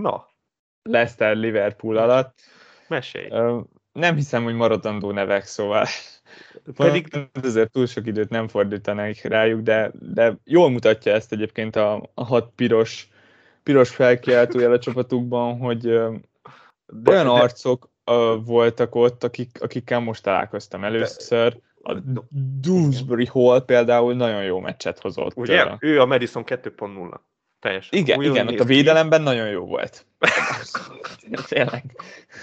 Leicester-Liverpool alatt. Mesélj! Nem hiszem, hogy maradandó nevek, szóval pedig azért túl sok időt nem fordítanak rájuk, de jól mutatja ezt egyébként a 6 piros felkiáltójel a csapatukban, hogy olyan arcok voltak ott, akikkel most találkoztam először. A Dewsbury Hall például nagyon jó meccset hozott. Ugye? Ő a Madison 2.0. Teljesen. Igen, ott a védelemben nagyon jó volt. Tényleg.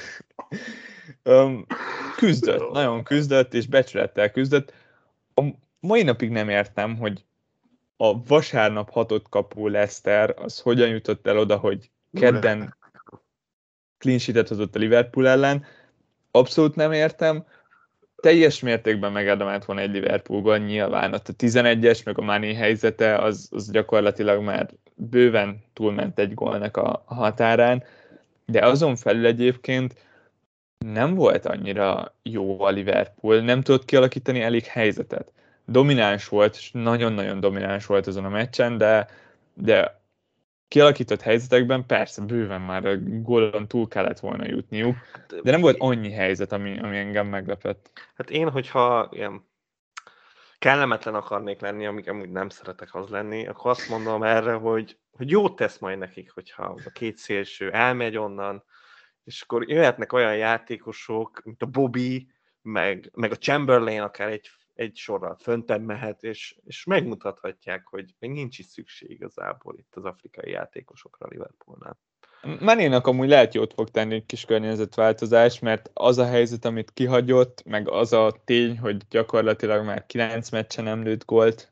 Nagyon küzdött, és becsülettel küzdött. A mai napig nem értem, hogy a vasárnap 6-ot kapó Leicester az hogyan jutott el oda, hogy kedden clean sheetet hozott a Liverpool ellen. Abszolút nem értem. Teljes mértékben megérdemelt volna egy Liverpool gól, nyilván. Ott a 11-es, meg a Mané helyzete, az gyakorlatilag már bőven túlment egy gólnak a határán. De azon felül egyébként nem volt annyira jó a Liverpool, nem tudott kialakítani elég helyzetet. Domináns volt, és nagyon-nagyon domináns volt azon a meccsen, de kialakított helyzetekben persze bőven már a gólon túl kellett volna jutniuk, de nem volt annyi helyzet, ami engem meglepett. Hát én, hogyha ilyen kellemetlen akarnék lenni, amíg amúgy nem szeretek az lenni, akkor azt mondom erre, hogy jót tesz majd nekik, hogyha a két szélső elmegy onnan, és akkor jöhetnek olyan játékosok, mint a Bobby, meg a Chamberlain akár egy sorral föntebb mehet, és megmutathatják, hogy még nincs is szükség igazából itt az afrikai játékosokra Liverpoolnál. Manénak amúgy lehet jót fog tenni egy kis környezetváltozás, mert az a helyzet, amit kihagyott, meg az a tény, hogy gyakorlatilag már 9 meccsen nem lőtt gólt,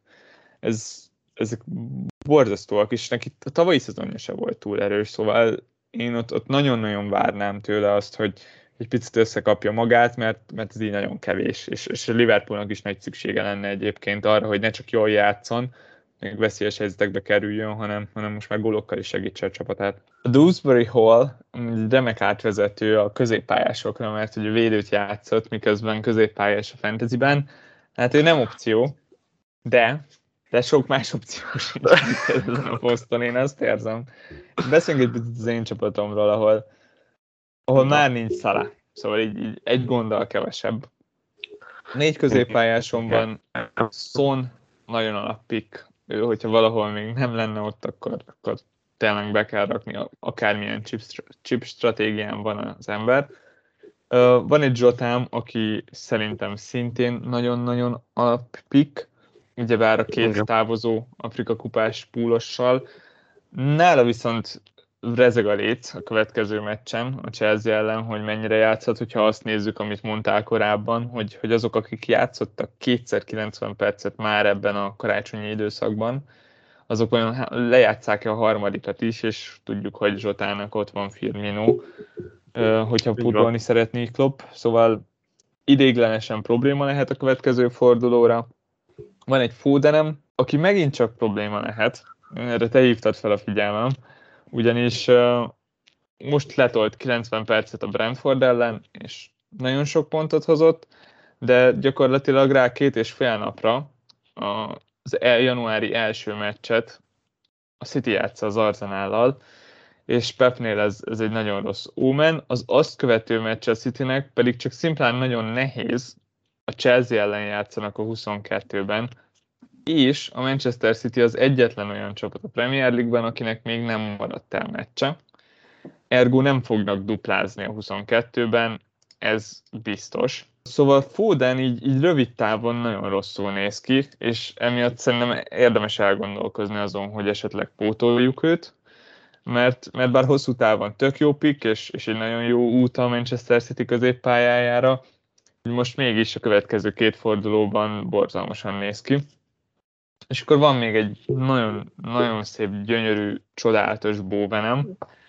ezek borzasztóak, és neki a tavalyi szezonja se volt túl erős, szóval én ott nagyon-nagyon várnám tőle azt, hogy egy picit összekapja magát, mert ez így nagyon kevés, és a Liverpoolnak is nagy szüksége lenne egyébként arra, hogy ne csak jól játszon, még veszélyes helyzetekbe kerüljön, hanem most már gólokkal is segítse a csapatát. A Dewsbury Hall egy remek átvezető a középpályásokra, mert ugye védőt játszott, miközben középpályás a fantasyben. Hát ő nem opció, de sok más opció sincs ezen a poszton, én azt érzem. Beszéljünk egy picit az én csapatomról, ahol már nincs Salah, szóval így egy gonddal kevesebb. 4 középpályásomban Son nagyon alappik, hogyha valahol még nem lenne ott, akkor tényleg be kell rakni, akármilyen chip stratégián van az ember. Van egy Jotám, aki szerintem szintén nagyon-nagyon alappik, ugyebár a 2 távozó Afrika kupás púlossal. Nála viszont rezeg a léc a következő meccsen a Chelsea ellen, hogy mennyire játszhat, hogyha azt nézzük, amit mondtál korábban, hogy azok, akik játszottak 2x90 percet már ebben a karácsonyi időszakban, azok olyan lejátsszák a harmadikat is, és tudjuk, hogy Zsotának ott van Firmino, hogyha pótolni szeretné Klopp, szóval ideiglenesen probléma lehet a következő fordulóra. Van egy Fodenem, aki megint csak probléma lehet, erre te hívtad fel a figyelmem, ugyanis most letolt 90 percet a Brentford ellen, és nagyon sok pontot hozott, de gyakorlatilag rá 2,5 napra az januári első meccset a City játsza az Arsenállal, és Pepnél ez egy nagyon rossz ómen. Az azt követő meccs a Citynek pedig csak szimplán nagyon nehéz, a Chelsea ellen játszanak a 22-ben, és a Manchester City az egyetlen olyan csapat a Premier League-ben, akinek még nem maradt el meccse. Ergo nem fognak duplázni a 22-ben, ez biztos. Szóval Foden így rövid távon nagyon rosszul néz ki, és emiatt szerintem érdemes elgondolkozni azon, hogy esetleg pótoljuk őt, mert bár hosszú távon tök jó pick, és egy nagyon jó út a Manchester City középpályájára, most mégis a következő 2 fordulóban borzalmasan néz ki. És akkor van még egy nagyon, nagyon szép, gyönyörű, csodálatos Bowenem,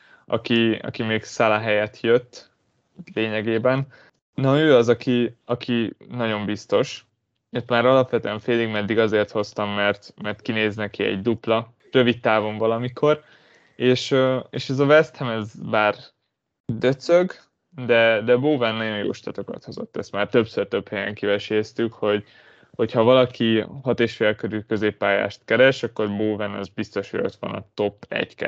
aki még Salah helyett jött lényegében. Na ő az, aki nagyon biztos. Itt már alapvetően félig meddig azért hoztam, mert kinéz neki egy dupla, rövid távon valamikor, és ez a West Ham, ez bár döcög, de Bowen nagyon jó statokat hozott. Ezt már többször több helyen kiveséztük, hogyha valaki 6,5 körül középpályást keres, akkor Bowen az biztos, hogy ott van a top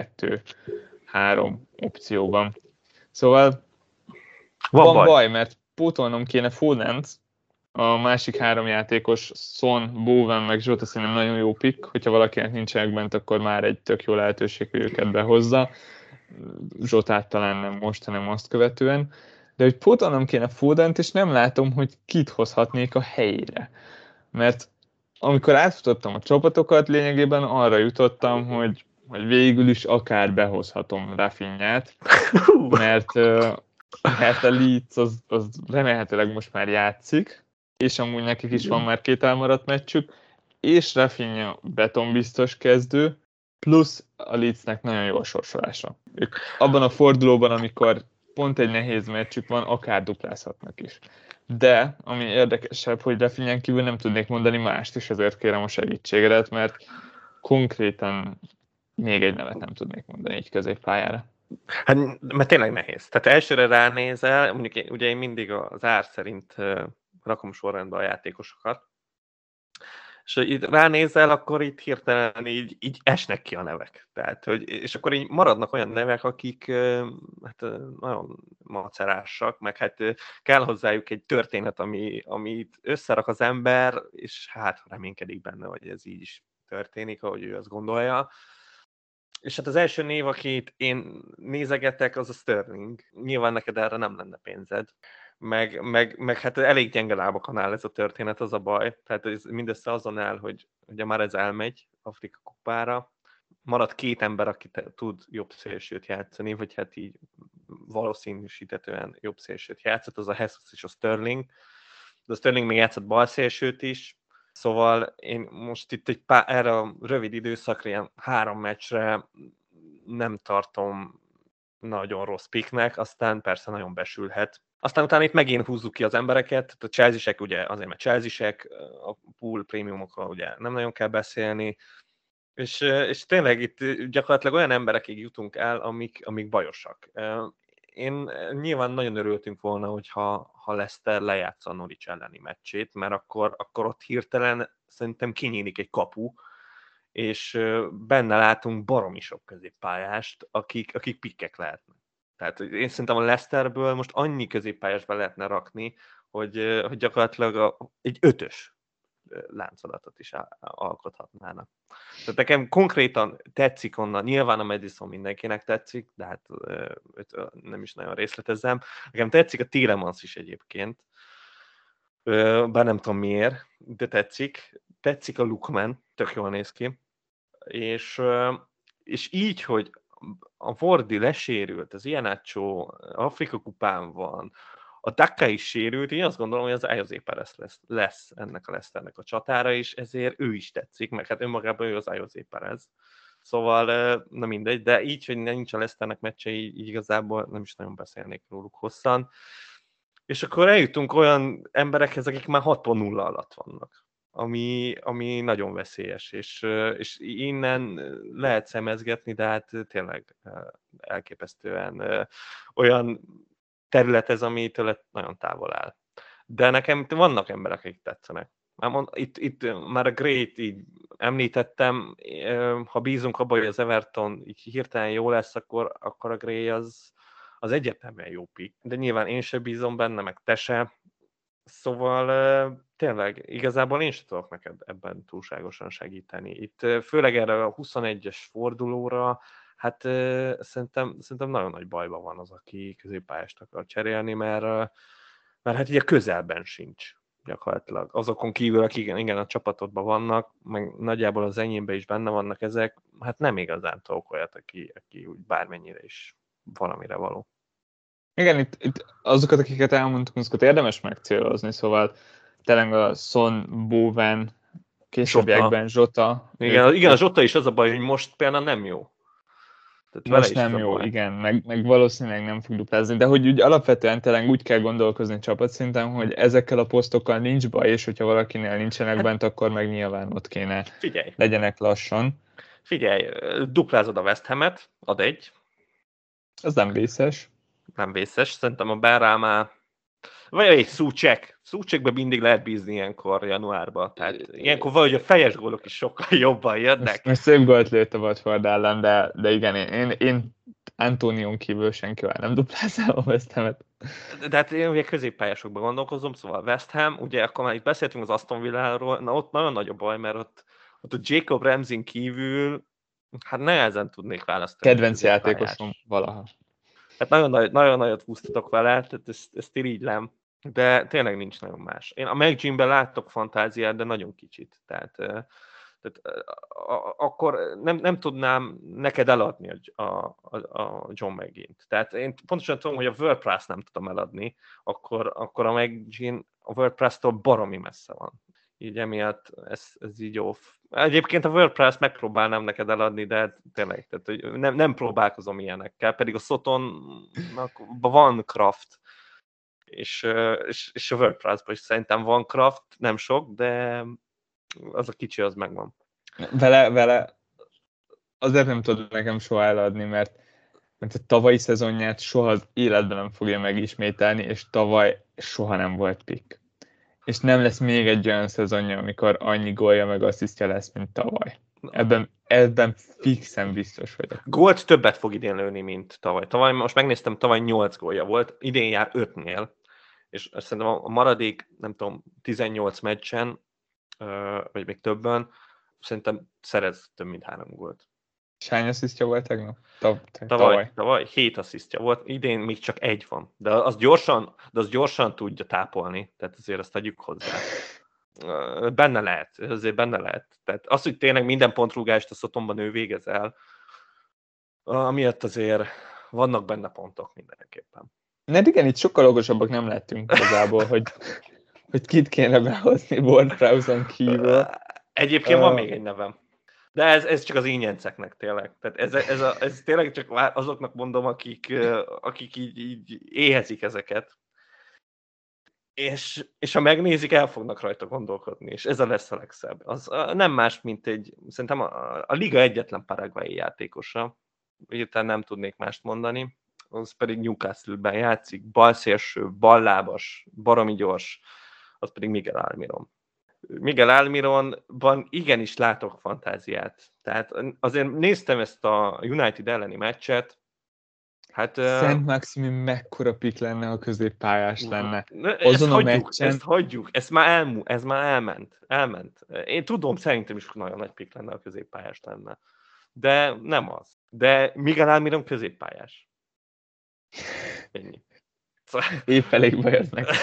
1-2-3 opcióban. Szóval van baj, mert pótolnom kéne Fodent, a másik 3 játékos, Son, Bowen meg Zsota szerintem nagyon jó pick, hogyha valakinek nincsenek bent, akkor már egy tök jó lehetőség, hogy őket behozza. Zsotát talán nem most, hanem azt követően. De hogy pótolnom kéne Fodent, és nem látom, hogy kit hozhatnék a helyére. Mert amikor átfutottam a csapatokat, lényegében arra jutottam, hogy végül is akár behozhatom Rafinhát, mert a Leeds az remélhetőleg most már játszik, és amúgy nekik is van már 2 elmaradt meccsük, és Rafinha betonbiztos kezdő, plusz a Leedsnek nagyon jó a sorsolása. Ők abban a fordulóban, amikor pont egy nehéz meccsük van, akár duplázhatnak is. De, ami érdekesebb, hogy Rafinhán kívül nem tudnék mondani mást, és ezért kérem a segítségedet, mert konkrétan még egy nevet nem tudnék mondani így középpályára. Hát, mert tényleg nehéz. Tehát elsőre ránézel, mondjuk ugye én mindig az ár szerint rakom sorrendbe a játékosokat, és hogy itt ránézel, akkor itt hirtelen így esnek ki a nevek. Tehát, és akkor így maradnak olyan nevek, akik hát, nagyon macerásak, meg hát kell hozzájuk egy történet, amit összerak az ember, és hát reménykedik benne, hogy ez így is történik, ahogy ő azt gondolja. És hát az első név, akit én nézegetek, az a Sterling. Nyilván neked erre nem lenne pénzed. meg hát elég gyenge lábakon áll ez a történet, az a baj. Tehát ez mindössze azon áll, hogy ugye már ez elmegy Afrika kupára, marad 2 ember, aki tud jobb szélsőt játszani, vagy hát így valószínűsítetően jobb szélsőt játszott, az a Jesus és a Sterling. De a Sterling még játszott bal szélsőt is, szóval én most itt erre a rövid időszakra, ilyen 3 meccsre nem tartom nagyon rossz picknek, aztán persze nagyon besülhet. Aztán utána itt megint húzzuk ki az embereket, a Chelsea-sek ugye azért, mert Chelsea-sek, a pool prémiumokról ugye nem nagyon kell beszélni, és tényleg itt gyakorlatilag olyan emberekig jutunk el, amik bajosak. Én nyilván nagyon örültünk volna, hogyha Leicester lejátsza a Norwich elleni meccsét, mert akkor ott hirtelen szerintem kinyílik egy kapu, és benne látunk baromi sok középpályást, akik pikkek lehetnek. Tehát én szerintem a Leicesterből most annyi középpályást be lehetne rakni, hogy gyakorlatilag egy 5-ös láncolatot is alkothatnának. Tehát nekem konkrétan tetszik onnan, nyilván a Madison mindenkinek tetszik, de hát nem is nagyon részletezem. Nekem tetszik a Tielemans is egyébként, bár nem tudom miért, de tetszik. Tetszik a Lookman, tök jól néz ki. És így, hogy a Wardy lesérült, az Iheanacho Afrika kupán van, a Daka is sérült, én azt gondolom, hogy az Ayoze Perez lesz ennek a Leicesternek a csatára, és ezért ő is tetszik, meg hát önmagában ő az Ayoze Perez. Szóval, na mindegy, de így, hogy nincs a Leicesternek meccse, így igazából nem is nagyon beszélnék róluk hosszan. És akkor eljutunk olyan emberekhez, akik már 6.0 alatt vannak, ami nagyon veszélyes, és innen lehet szemezgetni, de hát tényleg elképesztően olyan terület ez, amitől nagyon távol áll. De nekem vannak emberek, akik tetszenek. Itt már a Gray-t így említettem, ha bízunk abban, hogy az Everton így hirtelen jó lesz, akkor a Gray az egyértelműen jó pick. De nyilván én sem bízom benne, meg te se. Szóval tényleg, igazából én sem tudok neked ebben túlságosan segíteni. Itt főleg erre a 21-es fordulóra, hát szerintem nagyon nagy bajban van az, aki középpályást akar cserélni, mert hát ugye közelben sincs gyakorlatilag. Azokon kívül, akik igen a csapatodban vannak, meg nagyjából az enyémben is benne vannak ezek, hát nem igazán tudok olyat, aki úgy bármennyire is valamire való. Igen, itt azokat, akiket elmondtuk, azokat érdemes megcélozni, szóval tényleg a Son, Bowen, későbbiekben Zsota. Igen, a Zsota is az a baj, hogy most például nem jó. Tehát most nem jó, igen, meg valószínűleg nem fog duplázni, de hogy úgy alapvetően tényleg úgy kell gondolkozni csapatszinten, hogy ezekkel a posztokkal nincs baj, és hogyha valakinél nincsenek bent, akkor meg nyilván ott kéne legyenek lassan. Figyelj, duplázod a West Hamet, ad egy. Ez nem vészes. Nem vészes, szerintem a Benrahma, vagy egy Soucekbe mindig lehet bízni ilyenkor januárban. Tehát ilyenkor valahogy a fejes gólok is sokkal jobban jönnek. Most szép gólt lőtt a Watford ellen, de igen, én Antonion kívül senkivel nem duplázom a West Hamet. De hát én ugye középpályásokban gondolkozom, szóval West Ham, ugye akkor már itt beszéltünk az Aston Villáról, na ott nagyon nagy a baj, mert ott a Jacob Ramsey kívül hát nehezen tudnék választani. Kedvenc játékosom valaha. Hát nagyon nagyot húztatok vele, tehát ezt irigylem, de tényleg nincs nagyon más. Én a McGinn-ben láttok fantáziát, de nagyon kicsit. Tehát akkor nem tudnám neked eladni a John McGinn-t. Tehát én pontosan tudom, hogy a WordPress nem tudom eladni, akkor a McGinn a WordPress-től baromi messze van. Így emiatt ez így off. Egyébként a WordPress megpróbálnám neked eladni, de tényleg, tehát, hogy nem próbálkozom ilyenekkel, pedig a Sotonnak van craft, és a WordPressben is szerintem van craft, nem sok, de az a kicsi, az megvan. Vele azért nem tudod nekem soha eladni, mert a tavalyi szezonját soha az életben nem fogja megismételni, és tavaly soha nem volt pick. És nem lesz még egy olyan szezonja, amikor annyi gólja meg asszisztja lesz, mint tavaly. Ebben fixen biztos vagyok. Gólt többet fog idén lőni, mint tavaly. Most megnéztem, tavaly 8 gólja volt, idén jár 5-nél, és szerintem a maradék, nem tudom, 18 meccsen, vagy még többen, szerintem szerez több mint 3 gólt. És hány asszisztja volt tegnap? Tavaly 7 asszisztja volt, idén még csak 1 van. De az gyorsan tudja tápolni, tehát azért azt tegyük hozzá. Benne lehet. Tehát az, hogy tényleg minden pontrúgást a Sotonban ő végez el, amiatt azért vannak benne pontok mindenképpen. Mert igen, itt sokkal okosabbak nem lettünk igazából, hogy kit kéne behozni Ward-Prowse-on kívül. Egyébként van még egy nevem. De ez csak az ingyenceknek tényleg. Tehát ez tényleg csak azoknak mondom, akik így éhezik ezeket. És ha megnézik, el fognak rajta gondolkodni, és ez lesz a legszebb. Az nem más, mint szerintem a liga egyetlen paraguayi játékosa, hirtelen nem tudnék mást mondani, az pedig Newcastle-ben játszik, balszélső, ballábas, baromi gyors, az pedig Miguel Almiron. Miguel Almironban igenis látok fantáziát. Tehát azért néztem ezt a United elleni meccset, hát... Szent Maximin mekkora pik lenne, ha középpályás lenne. Azon a meccsen... Ezt hagyjuk, ez már elment. Én tudom, szerintem is nagyon nagy pik lenne, a középpályás lenne. De nem az. De Miguel Almiron középpályás. Ennyi. Szóval... Épp elég baj az neki.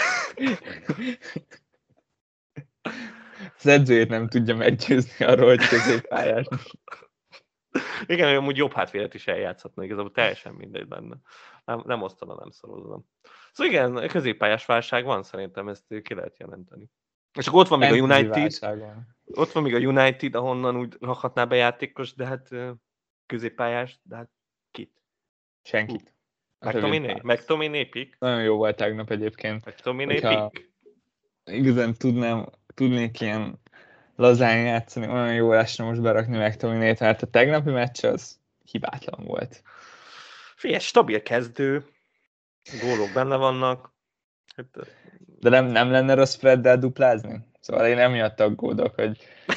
Az edzőjét nem tudja meggyőzni arról, hogy középpályás. Igen, hogy amúgy jobb hátvédet is eljátszhatna, igazából teljesen mindegy benne. Nem osztanom, nem szorozom. Szóval igen, középpályás válság van, szerintem ezt ki lehet jelenteni. És akkor ott van még a United. Ott van még a United, ahonnan úgy rakhatná be játékos, de hát középpályás, de hát kit? Senkit. McTominay pick. Nagyon jó volt tegnap egyébként. McTominay pick. Igazán tudnék ilyen lazán játszani, olyan jó esne most berakni McTominayt, mert a tegnapi meccs az hibátlan volt. Figyelj, stabil kezdő, gólok benne vannak. De nem lenne rossz Freddel duplázni? Szóval én emiatt aggódok, hogy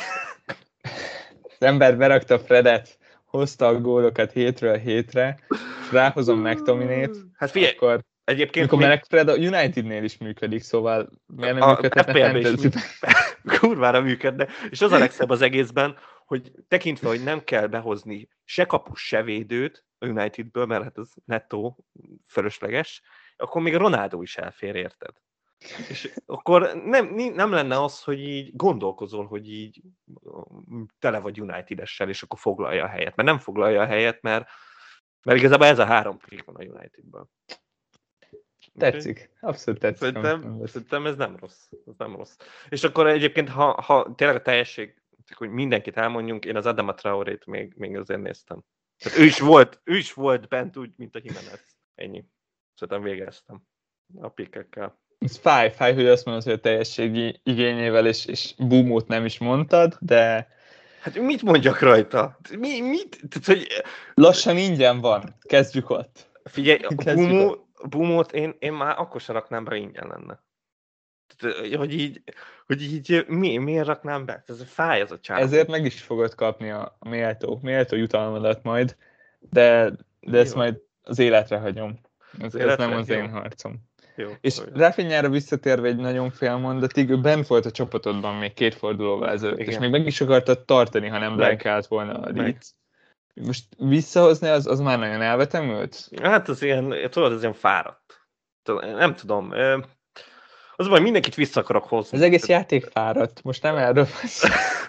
az ember berakta Fredet, hozta a gólokat hétről hétre, és ráhozom McTominayt, hát figyelj, akkor egyébként mikor Fred a Unitednél is működik, szóval miért nem működhetne fantasyben? Kurvára működne. És az a legszebb az egészben, hogy tekintve, hogy nem kell behozni se kapus, se védőt a Unitedből, mert hát az nettó fölösleges, akkor még a Ronaldo is elfér, érted? És akkor nem lenne az, hogy így gondolkozol, hogy így tele vagy United-essel, és akkor foglalja a helyet. Mert nem foglalja a helyet, mert igazából ez a 3 pick van a Unitedből. Tetszik, abszolút tetszik. Szerintem ez nem rossz. És akkor egyébként, ha tényleg a teljesség, hogy mindenkit elmondjunk, én az Adama Traorét még azért néztem. Tehát ő is volt bent úgy, mint a Jimenez. Ennyi. Szerintem végeztem a pickekkel. Ez fáj, hogy azt mondod, hogy a teljességi igényével és boomot nem is mondtad, de... Hát mit mondjak rajta? Mit? Tehát, hogy... Lassan ingyen van. Kezdjük ott. Figyelj, boomot én már akkor sem raknám be, ingyen lenne. Tehát, hogy így miért raknám be? Ez fáj az a csávó. Ezért meg is fogod kapni a méltó jutalmadat majd, de ezt majd az életre hagyom. Ez nem az én harcom. Jó, és Rafinhára visszatérve egy nagyon fél mondatig, ő bent volt a csapatodban még 2 fordulóval ezelőtt, és még meg is akartad tartani, ha nem blankált volna a Leeds. Most visszahozni az már nagyon elvetemült? Hát az ilyen fáradt. Nem tudom. Az baj, mindenkit vissza akarok hozni. Az egész játék fáradt, most nem erről van szó.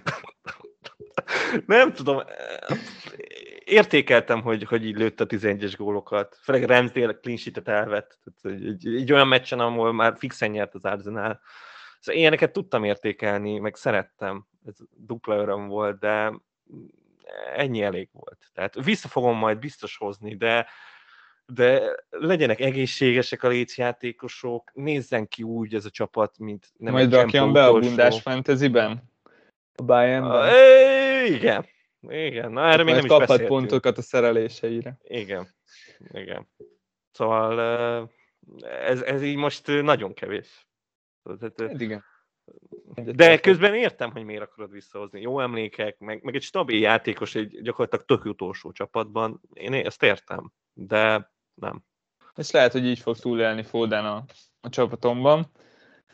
Nem tudom. Értékeltem, hogy így lőtt a 11-es gólokat. Főleg Ramsdale clean sheet-et elvett. Egy olyan meccsen, ahol már fixen nyert az Arsenal. Szóval ilyeneket tudtam értékelni, meg szerettem. Ez dupla öröm volt, de ennyi elég volt. Tehát vissza fogom majd biztos hozni, de legyenek egészségesek a Leeds játékosok, nézzen ki úgy ez a csapat, mint nem majd rakjam be a bundás fantasyben? A Bayernben? Igen. Na, erre még nem is kaphat beszéltünk. pontokat a szereléseire. Igen. Szóval ez így most nagyon kevés. Igen. De közben értem, hogy miért akarod visszahozni. Jó emlékek, meg egy stabil játékos egy gyakorlatilag tök utolsó csapatban. Én ezt értem, de nem. És lehet, hogy így fog túlélni Foden a csapatomban.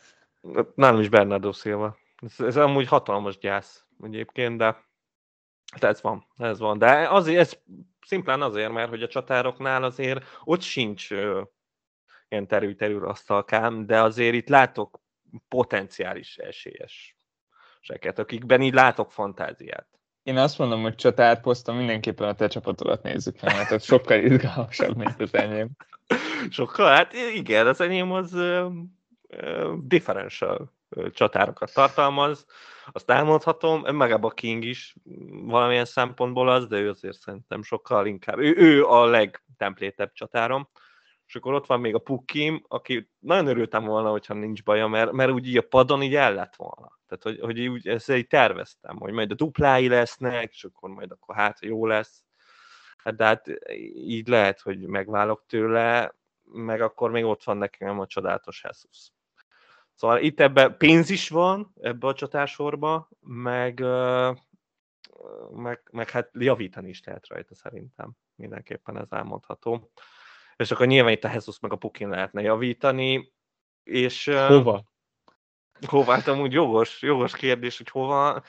Nálam is Bernardo Silva. Ez amúgy hatalmas gyász egyébként, de Hát ez van. De azért, ez szimplán azért, mert hogy a csatároknál azért ott sincs ilyen terű asztalkám, de azért itt látok potenciális esélyeseket, akikben így látok fantáziát. Én azt mondom, hogy csatárposzton mindenképpen a te csapatodat nézzük meg, mert az sokkal izgalmasabb, mint az enyém. Sokkal? Hát igen, az enyém az differential csatárokat tartalmaz, azt elmondhatom, meg a King is valamilyen szempontból az, de ő azért szerintem sokkal inkább, ő a legtemplétebb csatárom, és akkor ott van még a Pukim, aki nagyon örültem volna, hogyha nincs baja, mert úgy így a padon így el lett volna. Tehát, hogy úgy, ezt így terveztem, hogy majd a duplái lesznek, és akkor majd akkor hát jó lesz. De hát így lehet, hogy megválok tőle, meg akkor még ott van nekem a csodálatos Jesus. Szóval itt ebben pénz is van, ebbe a csatársorba, meg hát javítani is lehet rajta szerintem. Mindenképpen ez elmondható. És akkor nyilván itt a Jesus meg a Pukin lehetne javítani, és Hova? hova? Hát amúgy jogos kérdés, hogy hova.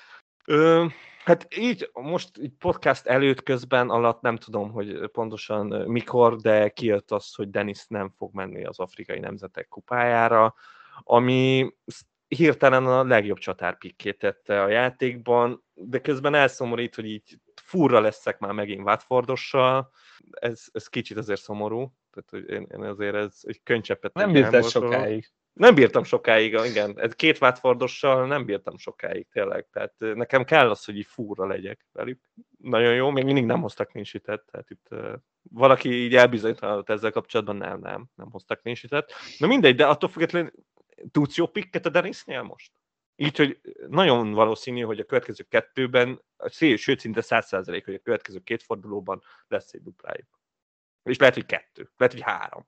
Hát így most így podcast előtt közben alatt nem tudom, hogy pontosan mikor, de kijött az, hogy Dennis nem fog menni az Afrikai Nemzetek Kupájára, ami hirtelen a legjobb csatárpikkét tette a játékban, de közben elszomorít, hogy így furra leszek már megint Watfordossal. Ez kicsit azért szomorú, tehát hogy én azért ez egy könycseppet Nem bírtál sokáig. Nem bírtam sokáig, igen. Ez két Watfordossal nem bírtam sokáig, tényleg. Tehát nekem kell az, hogy így fúra legyek velük. Nagyon jó, még mindig nem hoztak clean-sheetet, tehát itt valaki így elbizonytalanodott ezzel kapcsolatban, nem hoztak clean-sheetet. Na mindegy, de attól függetlenül tudsz jó pikket a Dennisnél most? Így, hogy nagyon valószínű, hogy a következő kettőben, sőt, szinte 100%, hogy a következő két fordulóban lesz egy duplájuk. És lehet, hogy kettő, lehet, hogy három.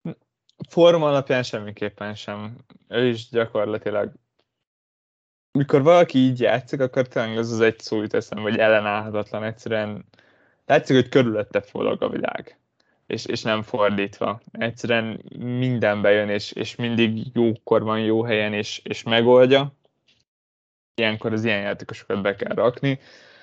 Forma alapján semmiképpen sem. Ő is gyakorlatilag mikor valaki így játszik, akkor tényleg az egy szó jut eszembe, hogy ellenállhatatlan, egyszerűen látszik, hogy körülötte forog a világ. És nem fordítva. Egyszerűen minden bejön, és mindig jókor van, jó helyen, és megoldja. Ilyenkor az ilyen játékosokat be kell rakni.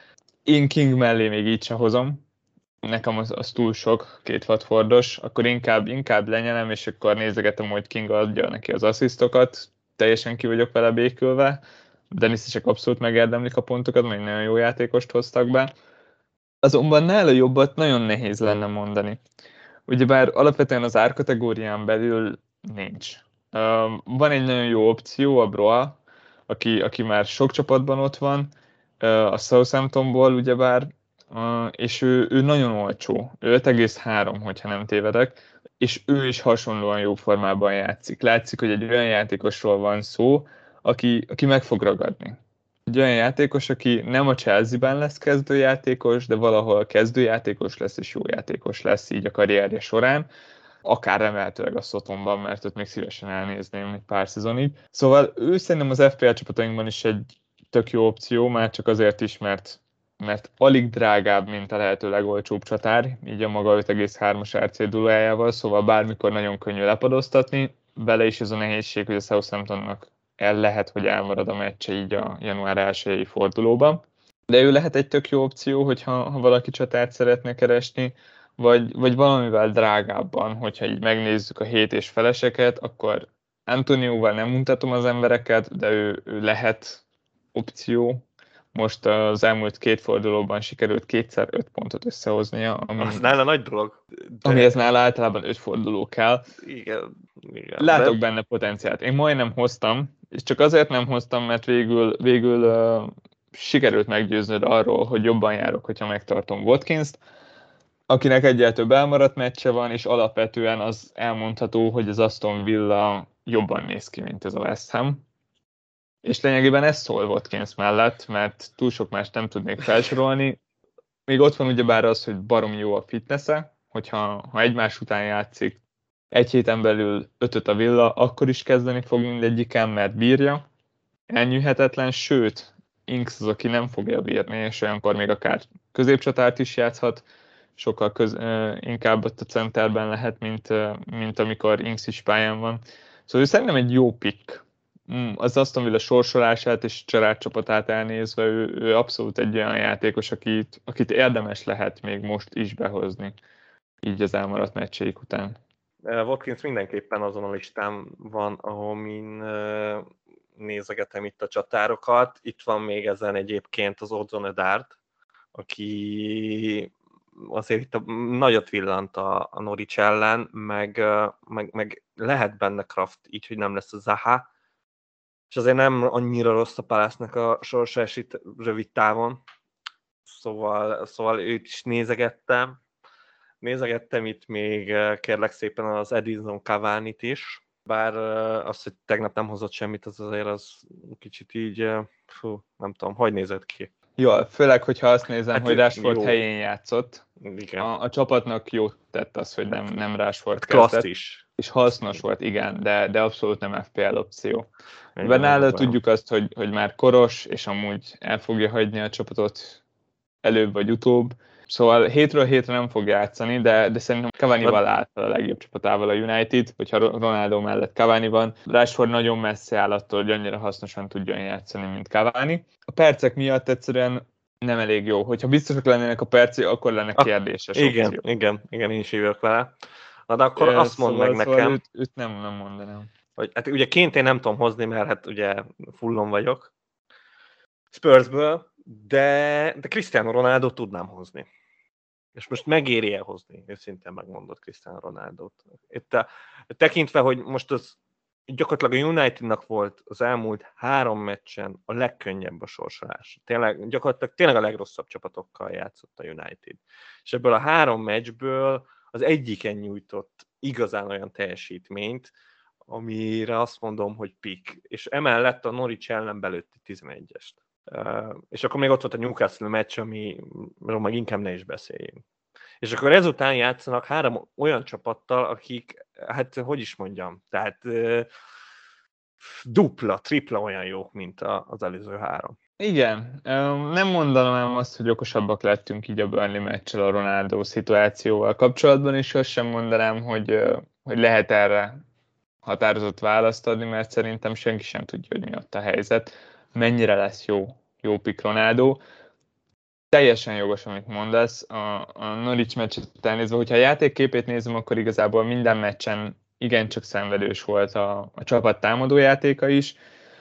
Én King mellé még így se hozom. Nekem az túl sok, két Watfordos, akkor inkább lenyelem, és akkor nézegetem, hogy King adja neki az asszisztokat. Teljesen ki vagyok vele békülve. Dennis-esek abszolút megérdemlik a pontokat, mert nagyon jó játékost hoztak be. Azonban nála jobbat nagyon nehéz lenne mondani. Ugyebár alapvetően az árkategórián belül nincs. Van egy nagyon jó opció, a Broa, aki már sok csapatban ott van, a Southamptonból ugyebár, és ő nagyon olcsó, ő 5,3, hogyha nem tévedek, és ő is hasonlóan jó formában játszik. Látszik, hogy egy olyan játékosról van szó, aki meg fog ragadni. Egy olyan játékos, aki nem a Chelsea-ben lesz kezdőjátékos, de valahol kezdőjátékos lesz és jó játékos lesz így a karrierje során, akár remélhetőleg a Sotonban, mert ott még szívesen elnézném egy pár szezonig. Szóval ő szerintem az FPL csapatainkban is egy tök jó opció, már csak azért is, mert alig drágább, mint a lehető legolcsóbb csatár, így a maga 5,3-as RC dulájával, szóval bármikor nagyon könnyű lepadoztatni. Bele is ez a nehézség, hogy a Southamptonnak lehet, hogy elmarad a meccse így a január 1-i fordulóban. De ő lehet egy tök jó opció, hogyha valaki csatát szeretne keresni, vagy valamivel drágábban, hogyha így megnézzük a 7 és feleseket, akkor Antonióval nem mutatom az embereket, de ő lehet opció. Most az elmúlt két fordulóban sikerült kétszer 5 pontot összehoznia, Az nála nagy dolog. Amihez nála általában 5 forduló kell. Igen. Látok benne potenciált. Én majdnem hoztam, és csak azért nem hoztam, mert végül sikerült meggyőznöd arról, hogy jobban járok, hogyha megtartom Watkins-t, akinek egyel több elmaradt meccse van, és alapvetően az elmondható, hogy az Aston Villa jobban néz ki, mint ez a West Ham. És lényegében ez szól Watkins mellett, mert túl sok mást nem tudnék felsorolni. Még ott van ugyebár az, hogy baromi jó a fitnesse, hogyha egymás után játszik, egy héten belül 5-öt a Villa, akkor is kezdeni fog mindegyiken, mert bírja. Elnyűhetetlen, sőt, Inks az, aki nem fogja bírni, és olyankor még akár középcsatárt is játszhat, sokkal inkább ott a centerben lehet, mint amikor Inks is pályán van. Szóval ő szerintem egy jó pick az Aston Villa sorsolását és családcsapatát elnézve, ő abszolút egy olyan játékos, akit érdemes lehet még most is behozni, így az elmaradt meccseik után. Watkins mindenképpen azon a listán van, ahol min nézegetem itt a csatárokat. Itt van még ezen egyébként az Odzon Edard, aki azért itt nagyot villant a Norwich ellen, meg lehet benne Kraft, így, hogy nem lesz a Zaha, és azért nem annyira rossz a Palace-nek a sorsás itt rövid távon, szóval őt is nézegettem. Nézegettem itt még kérlek szépen az Edinson Cavani-t is, bár az, hogy tegnap nem hozott semmit, az azért az kicsit így, nem tudom, hogy nézett ki. Jó, főleg, hogyha azt nézem, Hát hogy Rashford jó. helyén játszott. Igen. A csapatnak jót tett az, hogy nem Rashford kezdett. Klassz is. És hasznos volt, igen, de abszolút nem FPL opció. Nála tudjuk azt, hogy már koros, és amúgy el fogja hagyni a csapatot előbb vagy utóbb. Szóval hétről hétre nem fog játszani, de szerintem Cavani-val áll a legjobb csapatával a United, hogyha Ronaldo mellett Cavani van. Rashford nagyon messze áll attól, hogy annyira hasznosan tudjon játszani, mint Cavani. A percek miatt egyszerűen nem elég jó. Hogyha biztosak lennének a percek, akkor lenne kérdéses opció. Igen, én is jövök vele. Na de akkor azt mondd meg nekem. Őt nem mondanám. Hogy, hát ugye ként én nem tudom hozni, mert hát ugye fullon vagyok Spursből, de Cristiano Ronaldo tudnám hozni. És most megéri elhozni, őszintén megmondott Cristiano Ronaldot. Itt tekintve, hogy most az gyakorlatilag a Unitednak volt az elmúlt 3 meccsen a legkönnyebb a sorsolás. Gyakorlatilag tényleg a legrosszabb csapatokkal játszott a United. És ebből a 3 meccsből az egyiken nyújtott igazán olyan teljesítményt, amire azt mondom, hogy pick. És emellett a Norwich ellen belőtti 11-est. És akkor még ott volt a Newcastle meccs, amiről meg inkább ne is beszéljünk. És akkor ezután játszanak 3 olyan csapattal, akik, hát hogy is mondjam, tehát dupla, tripla olyan jók, mint az előző 3. Igen, nem mondanám azt, hogy okosabbak lettünk így a Burnley meccsel a Ronaldo szituációval kapcsolatban, és azt sem mondanám, hogy lehet erre határozott választ adni, mert szerintem senki sem tudja, hogy mi ott a helyzet, mennyire lesz jó pick Ronaldo. Teljesen jogos, amit mondasz. A Norwich meccset elnézve, hogyha a játékképét nézem, akkor igazából minden meccsen igencsak szenvedős volt a csapat támadójátéka is,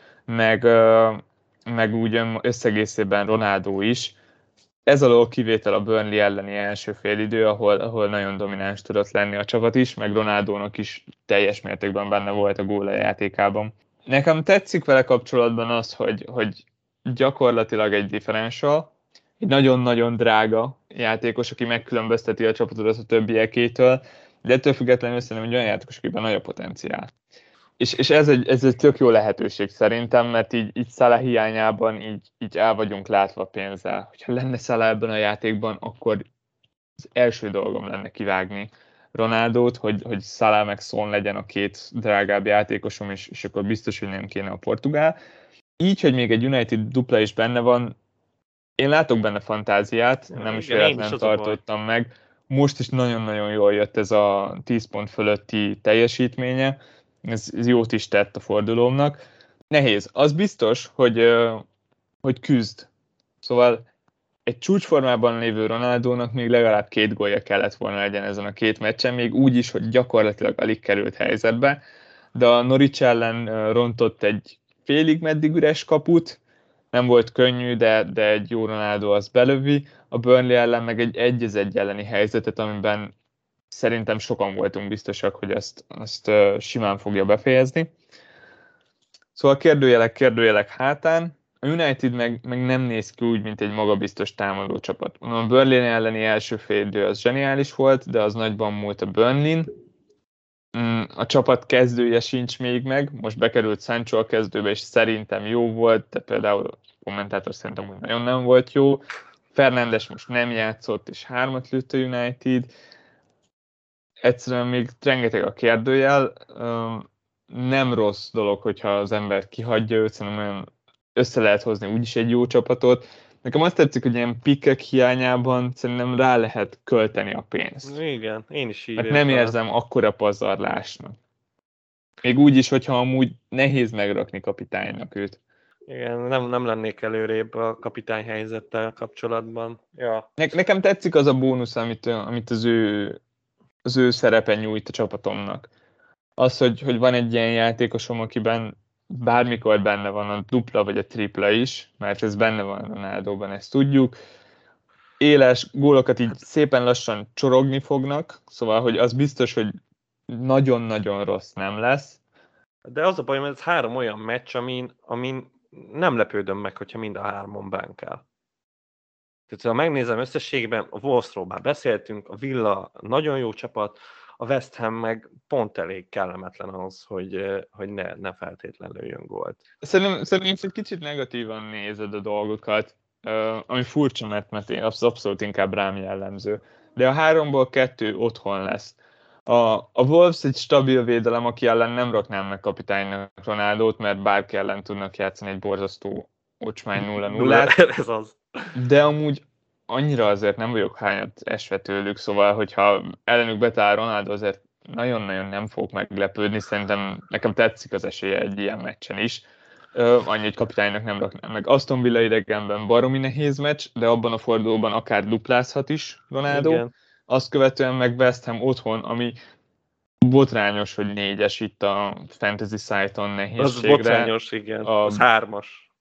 meg úgy összegészében Ronaldo is. Ez alól kivétel a Burnley elleni első félidő, ahol nagyon domináns tudott lenni a csapat is, meg Ronaldónak is teljes mértékben benne volt a gól a játékában. Nekem tetszik vele kapcsolatban az, hogy gyakorlatilag egy differential, egy nagyon-nagyon drága játékos, aki megkülönbözteti a csapatot a többiekétől, de ettől függetlenül szerintem egy olyan játékos, akiben nagy a potenciál. És ez egy tök jó lehetőség szerintem, mert így Salah hiányában így el vagyunk látva pénzzel. Hogyha lenne Salah ebben a játékban, akkor az első dolgom lenne kivágni Ronaldót, hogy Salah meg Son legyen a 2 drágább játékosom, és akkor biztos, hogy nem kéne a portugál. Így, hogy még egy United dupla is benne van, én látok benne fantáziát, nem is véletlenül tartottam meg. Most is nagyon-nagyon jól jött ez a 10 pont fölötti teljesítménye, ez jót is tett a fordulómnak. Nehéz. Az biztos, hogy küzd. Szóval egy csúcsformában lévő Ronaldónak még legalább 2 gólja kellett volna legyen ezen a 2 meccsen, még úgy is, hogy gyakorlatilag alig került helyzetbe, de a Norwich ellen rontott egy félig meddig üres kaput, nem volt könnyű, de egy jó Ronaldo az belövi, a Burnley ellen meg egy 1-1 elleni helyzetet, amiben szerintem sokan voltunk biztosak, hogy azt simán fogja befejezni. Szóval kérdőjelek hátán, a United meg nem néz ki úgy, mint egy magabiztos támadó csapat. A Burnley elleni első félidő az zseniális volt, de az nagyban múlt a Burnley-n. A csapat kezdője sincs még meg, most bekerült Sancho a kezdőbe, és szerintem jó volt, de például a kommentátor szerintem úgy nagyon nem volt jó. Fernandes most nem játszott, és 3-at lőtt a United. Egyszerűen még rengeteg a kérdőjel. Nem rossz dolog, hogyha az ember kihagyja őt, szerintem olyan össze lehet hozni úgyis egy jó csapatot. Nekem azt tetszik, hogy ilyen pikkek hiányában szerintem rá lehet költeni a pénzt. Igen, én is így. Mert nem érzem akkora pazarlásnak. Még úgy is, hogyha amúgy nehéz megrakni kapitánynak őt. Igen, nem lennék előrébb a kapitány helyzettel kapcsolatban. Ja. Nekem tetszik az a bónusz, amit az ő szerepe nyújt a csapatomnak. Az, hogy van egy ilyen játékosom, akiben bármikor benne van a dupla vagy a tripla is, mert ez benne van Ronaldóban, ezt tudjuk. Éles gólokat így szépen lassan csorogni fognak, szóval, hogy az biztos, hogy nagyon-nagyon rossz nem lesz. De az a baj, hogy ez 3 olyan meccs, amin nem lepődöm meg, hogyha mind a 3-on bánkál. Tehát ha megnézem összességben, a Wolvesról már beszéltünk, a Villa nagyon jó csapat, a West Ham meg pont elég kellemetlen az, hogy ne feltétlenül jön gólt. Szerintem egy kicsit negatívan nézed a dolgokat, ami furcsa, mert én abszolút inkább rám jellemző. De a 3-ból 2 otthon lesz. A Wolves egy stabil védelem, aki ellen nem raknám meg kapitánynak Ronaldót, mert bárki ellen tudnak játszani egy borzasztó ocsmány 0-0-át. Ez az. De amúgy annyira azért nem vagyok hányat esve tőlük, szóval, hogyha ellenük betáll Ronaldo, azért nagyon-nagyon nem fogok meglepődni, szerintem nekem tetszik az esélye egy ilyen meccsen is. Annyi, hogy kapitánynak nem raknám meg. Aston Villa idegenben baromi nehéz meccs, de abban a fordulóban akár duplázhat is Ronaldo. Igen. Azt követően meg West Ham otthon, ami botrányos, hogy 4-es itt a Fantasy Site-on nehézségre. Az botrányos, igen. Az 3-as.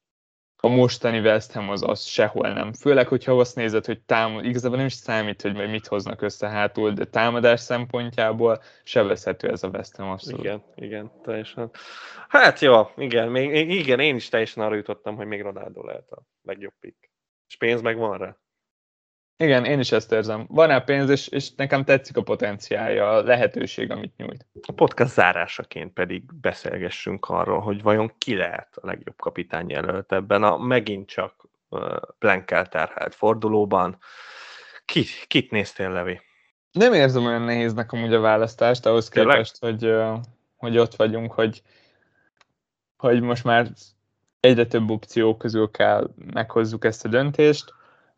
A mostani West Ham az sehol nem. Főleg, hogyha azt nézed, hogy igazából nem is számít, hogy mit hoznak össze hátul, de támadás szempontjából sebezhető ez a West Ham abszolút. Igen, teljesen. Hát jó, igen, én is teljesen arra jutottam, hogy még Ronaldo lehet a legjobb pick. És pénz meg van rá. Igen, én is ezt érzem. Van rá pénz, és nekem tetszik a potenciálja, a lehetőség, amit nyújt. A podcast zárásaként pedig beszélgessünk arról, hogy vajon ki lehet a legjobb kapitány jelölt ebben a megint csak Blankel terhelt fordulóban. Kit néztél, Levi? Nem érzem olyan nehéznek amúgy a választást, ahhoz képest, hogy ott vagyunk, hogy most már egyre több opció közül kell meghozzuk ezt a döntést.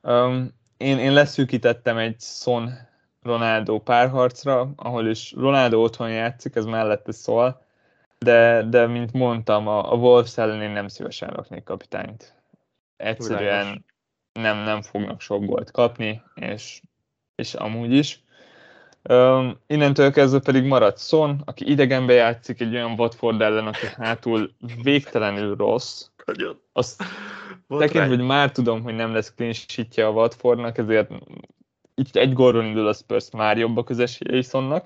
Én leszűkítettem egy Son Ronaldo párharcra, ahol is Ronaldo otthon játszik, ez mellette szól, de mint mondtam, a Wolves ellen én nem szívesen raknék kapitányt. Egyszerűen nem fognak sok gólt kapni, és amúgy is. Innentől kezdve pedig marad Son, aki idegenbe játszik egy olyan Watford ellen, aki hátul végtelenül rossz. Azt tekintve, hogy már tudom, hogy nem lesz clean sheetje a Watfordnak, ezért itt egy gólról indul a Spurs, már jobb a közesélyei Sonnak.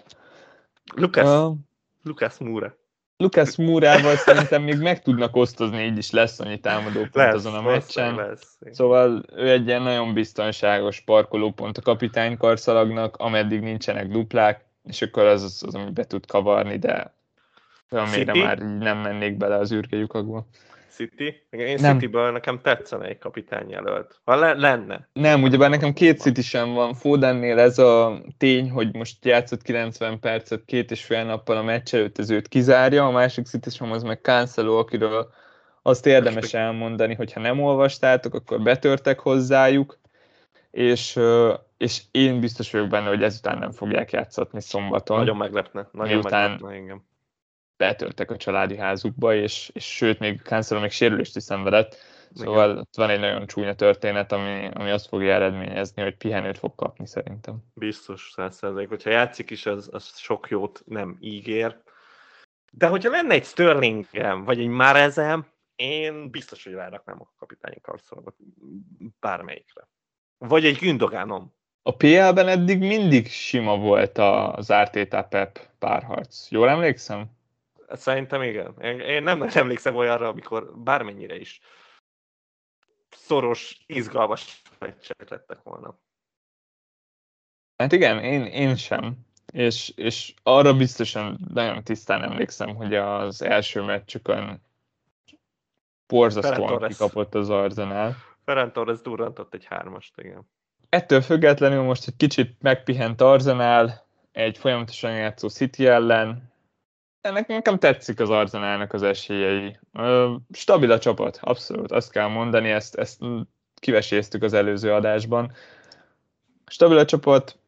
Lucas Moura. Lucas Mourával szerintem még meg tudnak osztozni, így is lesz annyi támadópont azon a meccsen. Lesz. Szóval ő egy ilyen nagyon biztonságos parkolópont a kapitány karszalagnak, ameddig nincsenek duplák, és akkor az ami be tud kavarni, de amire már így nem mennék bele az űrge lyukakba. City? Én Cityből nekem tetszene egy kapitány jelölt. Ha lenne. Nem, ugyebár nekem 2 City sem van. Fodennél ez a tény, hogy most játszott 90 percet 2,5 nappal a meccs előtt, ez őt kizárja. A másik City sem az meg Cancelo, akiről azt érdemes elmondani, hogyha nem olvastátok, akkor betörtek hozzájuk, és én biztos vagyok benne, hogy ezután nem fogják játszatni szombaton. Nagyon meglepne engem. Betörtek a családi házukba, és sőt, még Cancelo még sérülést is szenvedett, szóval ott van egy nagyon csúnya történet, ami azt fogja eredményezni, hogy pihenőt fog kapni szerintem. Biztos, 100%. Hogyha játszik is, az sok jót nem ígér. De hogyha lenne egy Sterlingem, vagy egy Marezem, én biztos, hogy ráraknám a kapitányi karszalagot bármelyikre. Vagy egy Gündoganom. A PL-ben eddig mindig sima volt az Arteta Pep párharc. Jól emlékszem? Szerintem igen. Én nem emlékszem olyanra, amikor bármennyire is szoros, izgalmas meccsek lettek volna. Hát igen, én sem. És arra biztosan nagyon tisztán emlékszem, hogy az első meccsükön borzasztóan kikapott az Arsenal. Ferran Torres durrantott egy 3-ast, igen. Ettől függetlenül most egy kicsit megpihent Arsenal egy folyamatosan játszó City ellen. Nekem tetszik az Arsenalnak az esélyei. Stabil a csapat, abszolút, azt kell mondani, ezt kiveséztük az előző adásban. Stabil a csapat,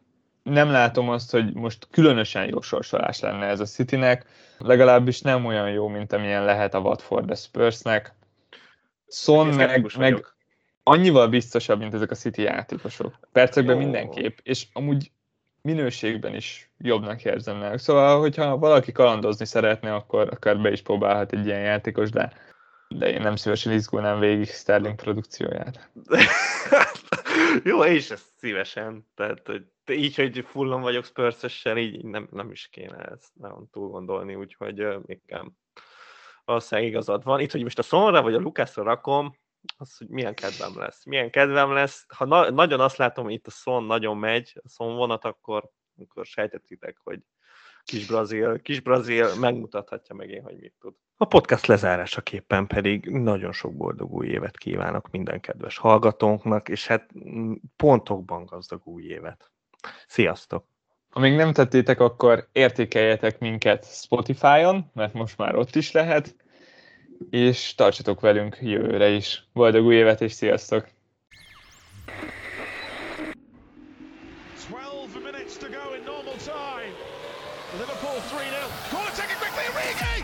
nem látom azt, hogy most különösen jó sorsolás lenne ez a Citynek, legalábbis nem olyan jó, mint amilyen lehet a Watford a Spursnek. Son meg annyival biztosabb, mint ezek a City játékosok. Percekben mindenképp, és amúgy minőségben is jobbnak érzem náluk. Szóval, hogyha valaki kalandozni szeretne, akkor be is próbálhat egy ilyen játékos, de én nem szívesen izgulnám végig Sterling produkcióját. Jó, én is ezt szívesen. Tehát így, hogy fullon vagyok Spurs-essel, így nem is kéne ezt nagyon túl gondolni, úgyhogy igen. Valószínűleg igazad van. Itt, hogy most a Sonra vagy a Lucasra rakom, az, hogy milyen kedvem lesz. Ha nagyon azt látom, hogy itt a Son nagyon megy, a Son vonat, akkor sejtetitek, hogy kis Brazil megmutathatja meg én, hogy mit tud. A podcast lezárásaképpen pedig nagyon sok boldog új évet kívánok minden kedves hallgatónknak, és hát pontokban gazdag új évet. Sziasztok! Ha még nem tettétek, akkor értékeljetek minket Spotify-on, mert most már ott is lehet, és tartsatok velünk jövőre is. Boldog új évet, és sziasztok! 12 minutes to go in normal time. Liverpool 3-0. Corner taken quickly, Origi!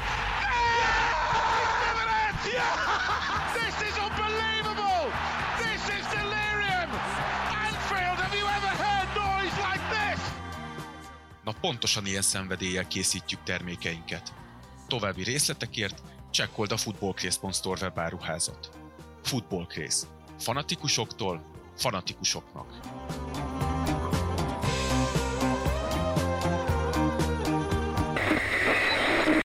Yeah! This is unbelievable! This is delirium! Anfield, have you ever heard noise like this? Na pontosan ilyen szenvedéllyel készítjük termékeinket. További részletekért csekkold a footballcraze.store webáruházat. Footballcraze. Fanatikusoktól fanatikusoknak.